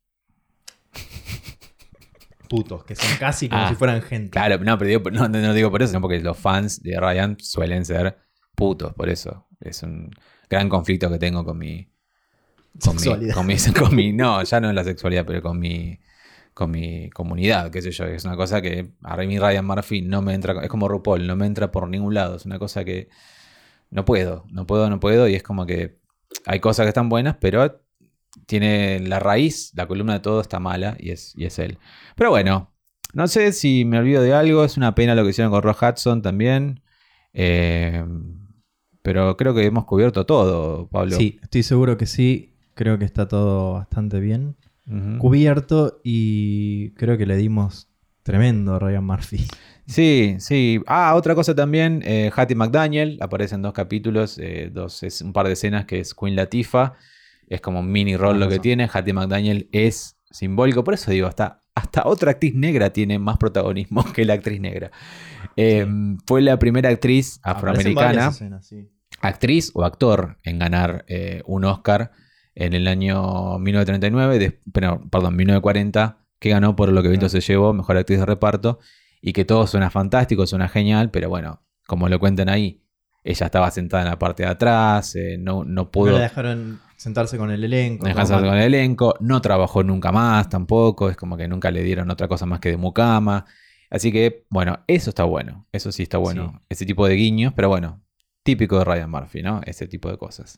Putos, que son casi como Ah, si fueran gente. Claro, no, pero digo, no, no, no digo por eso, sino porque los fans de Ryan suelen ser putos, por eso. Es un gran conflicto que tengo con mi... Con mi, Sexualidad. con mi, con mi- no, ya no es la sexualidad, pero con mi, con mi comunidad, qué sé yo. Es una cosa que a mí Ryan Murphy no me entra, es como RuPaul, no me entra por ningún lado. Es una cosa que no puedo, no puedo, no puedo. Y es como que hay cosas que están buenas, pero tiene la raíz, la columna de todo está mala y es, y es él. Pero bueno, no sé si me olvido de algo. Es una pena lo que hicieron con Rock Hudson también. Eh, pero creo que hemos cubierto todo, Pablo. Sí, estoy seguro que sí. Creo que está todo bastante bien Ujú. cubierto y creo que le dimos tremendo a Ryan Murphy. Sí, sí. Ah, otra cosa también, eh, Hattie McDaniel aparece en dos capítulos, eh, dos, es un par de escenas que es Queen Latifah, es como un mini rol Tienes lo que razón. tiene. Hattie McDaniel es simbólico, por eso digo, hasta, hasta otra actriz negra tiene más protagonismo que la actriz negra. Eh, Fue la primera actriz Aparecen varias afroamericana, escenas, sí. actriz o actor en ganar eh, un Oscar en el año mil novecientos treinta y nueve, de, pero, perdón, mil novecientos cuarenta, que ganó por Lo que viento Claro. se llevó, mejor actriz de reparto, y que todo suena fantástico, suena genial, pero bueno, como lo cuentan ahí, ella estaba sentada en la parte de atrás, eh, no, no pudo No la dejaron sentarse con el elenco. dejarse todo con mal. el elenco, no trabajó nunca más tampoco, es como que nunca le dieron otra cosa más que de mucama. Así que, bueno, eso está bueno, eso sí está bueno, Sí. ese tipo de guiños, pero bueno, típico de Ryan Murphy, ¿no? Ese tipo de cosas.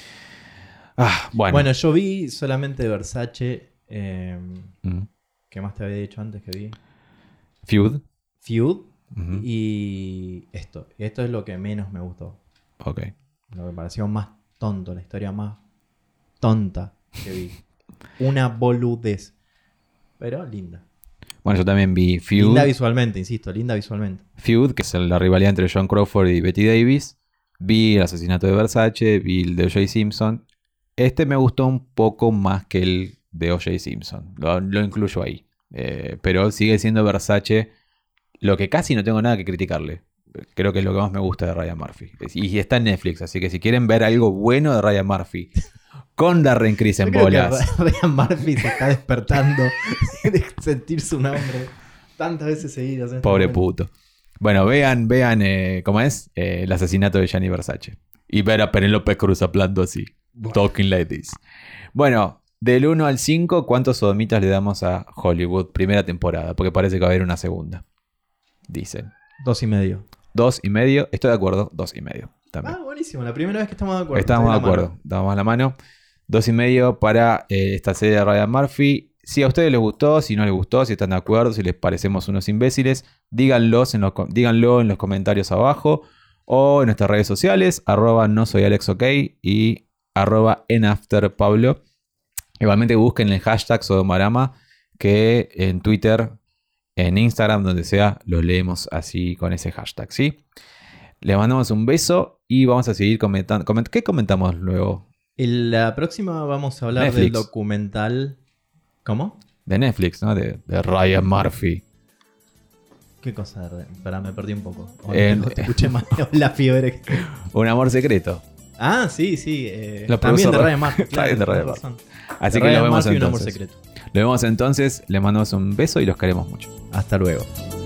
Ah, bueno. Bueno, yo vi solamente Versace. eh, Mm. ¿Qué más te había dicho antes que vi? Feud. Feud. Ujú. Y esto. Y esto es lo que menos me gustó. Ok. Lo que me pareció más tonto. La historia más tonta que vi. Una boludez. Pero linda. Bueno, yo también vi Feud. Linda visualmente, insisto. Linda visualmente. Feud, que es la rivalidad entre John Crawford y Betty Davis. Vi el asesinato de Versace, vi el de O J Simpson. Este me gustó un poco más que el de O J Simpson. Lo, lo incluyo ahí. Eh, pero sigue siendo Versace lo que casi no tengo nada que criticarle. Creo que es lo que más me gusta de Ryan Murphy. Y está en Netflix, así que si quieren ver algo bueno de Ryan Murphy con Darren Criss en Yo creo que bolas. Ryan Murphy se está despertando de sentir su nombre tantas veces seguidas. en este Pobre momento. puto. Bueno, vean, vean, eh, ¿cómo es? Eh, el asesinato de Gianni Versace. Y ver a Penélope Cruz hablando así. Bueno. Talking like this. Bueno, del uno al cinco, ¿cuántos sodomitas le damos a Hollywood? Primera temporada, porque parece que va a haber una segunda. Dicen. Dos y medio. Dos y medio. Estoy de acuerdo, dos y medio. También. Ah, buenísimo. La primera vez que estamos de acuerdo. Estamos de Estoy la acuerdo. mano. Damos la mano. Dos y medio para eh, esta serie de Ryan Murphy. Si a ustedes les gustó, si no les gustó, si están de acuerdo, si les parecemos unos imbéciles, díganlos en los, com- díganlo en los comentarios abajo o en nuestras redes sociales, arroba no soy Alex OK y arroba en after Pablo. Igualmente busquen el hashtag Sodomarama, que en Twitter, en Instagram, donde sea, los leemos así con ese hashtag, ¿sí? Les mandamos un beso y vamos a seguir comentando. Coment- ¿Qué comentamos luego? En la próxima vamos a hablar Netflix. del documental... ¿Cómo? De Netflix, ¿no? De, de Ryan Murphy. ¿Qué cosa? Espera, me perdí un poco. Oh, En- no, te escuché mal. La fiebre. Un amor secreto. Ah, sí, sí. Eh, Lo también produjo de Ra- Ryan Murphy. Claro, También de Ryan tenés Murphy. razón. Así De que Ryan lo vemos Murphy y un amor entonces. secreto. Lo vemos entonces. Les mandamos un beso y los queremos mucho. Hasta luego.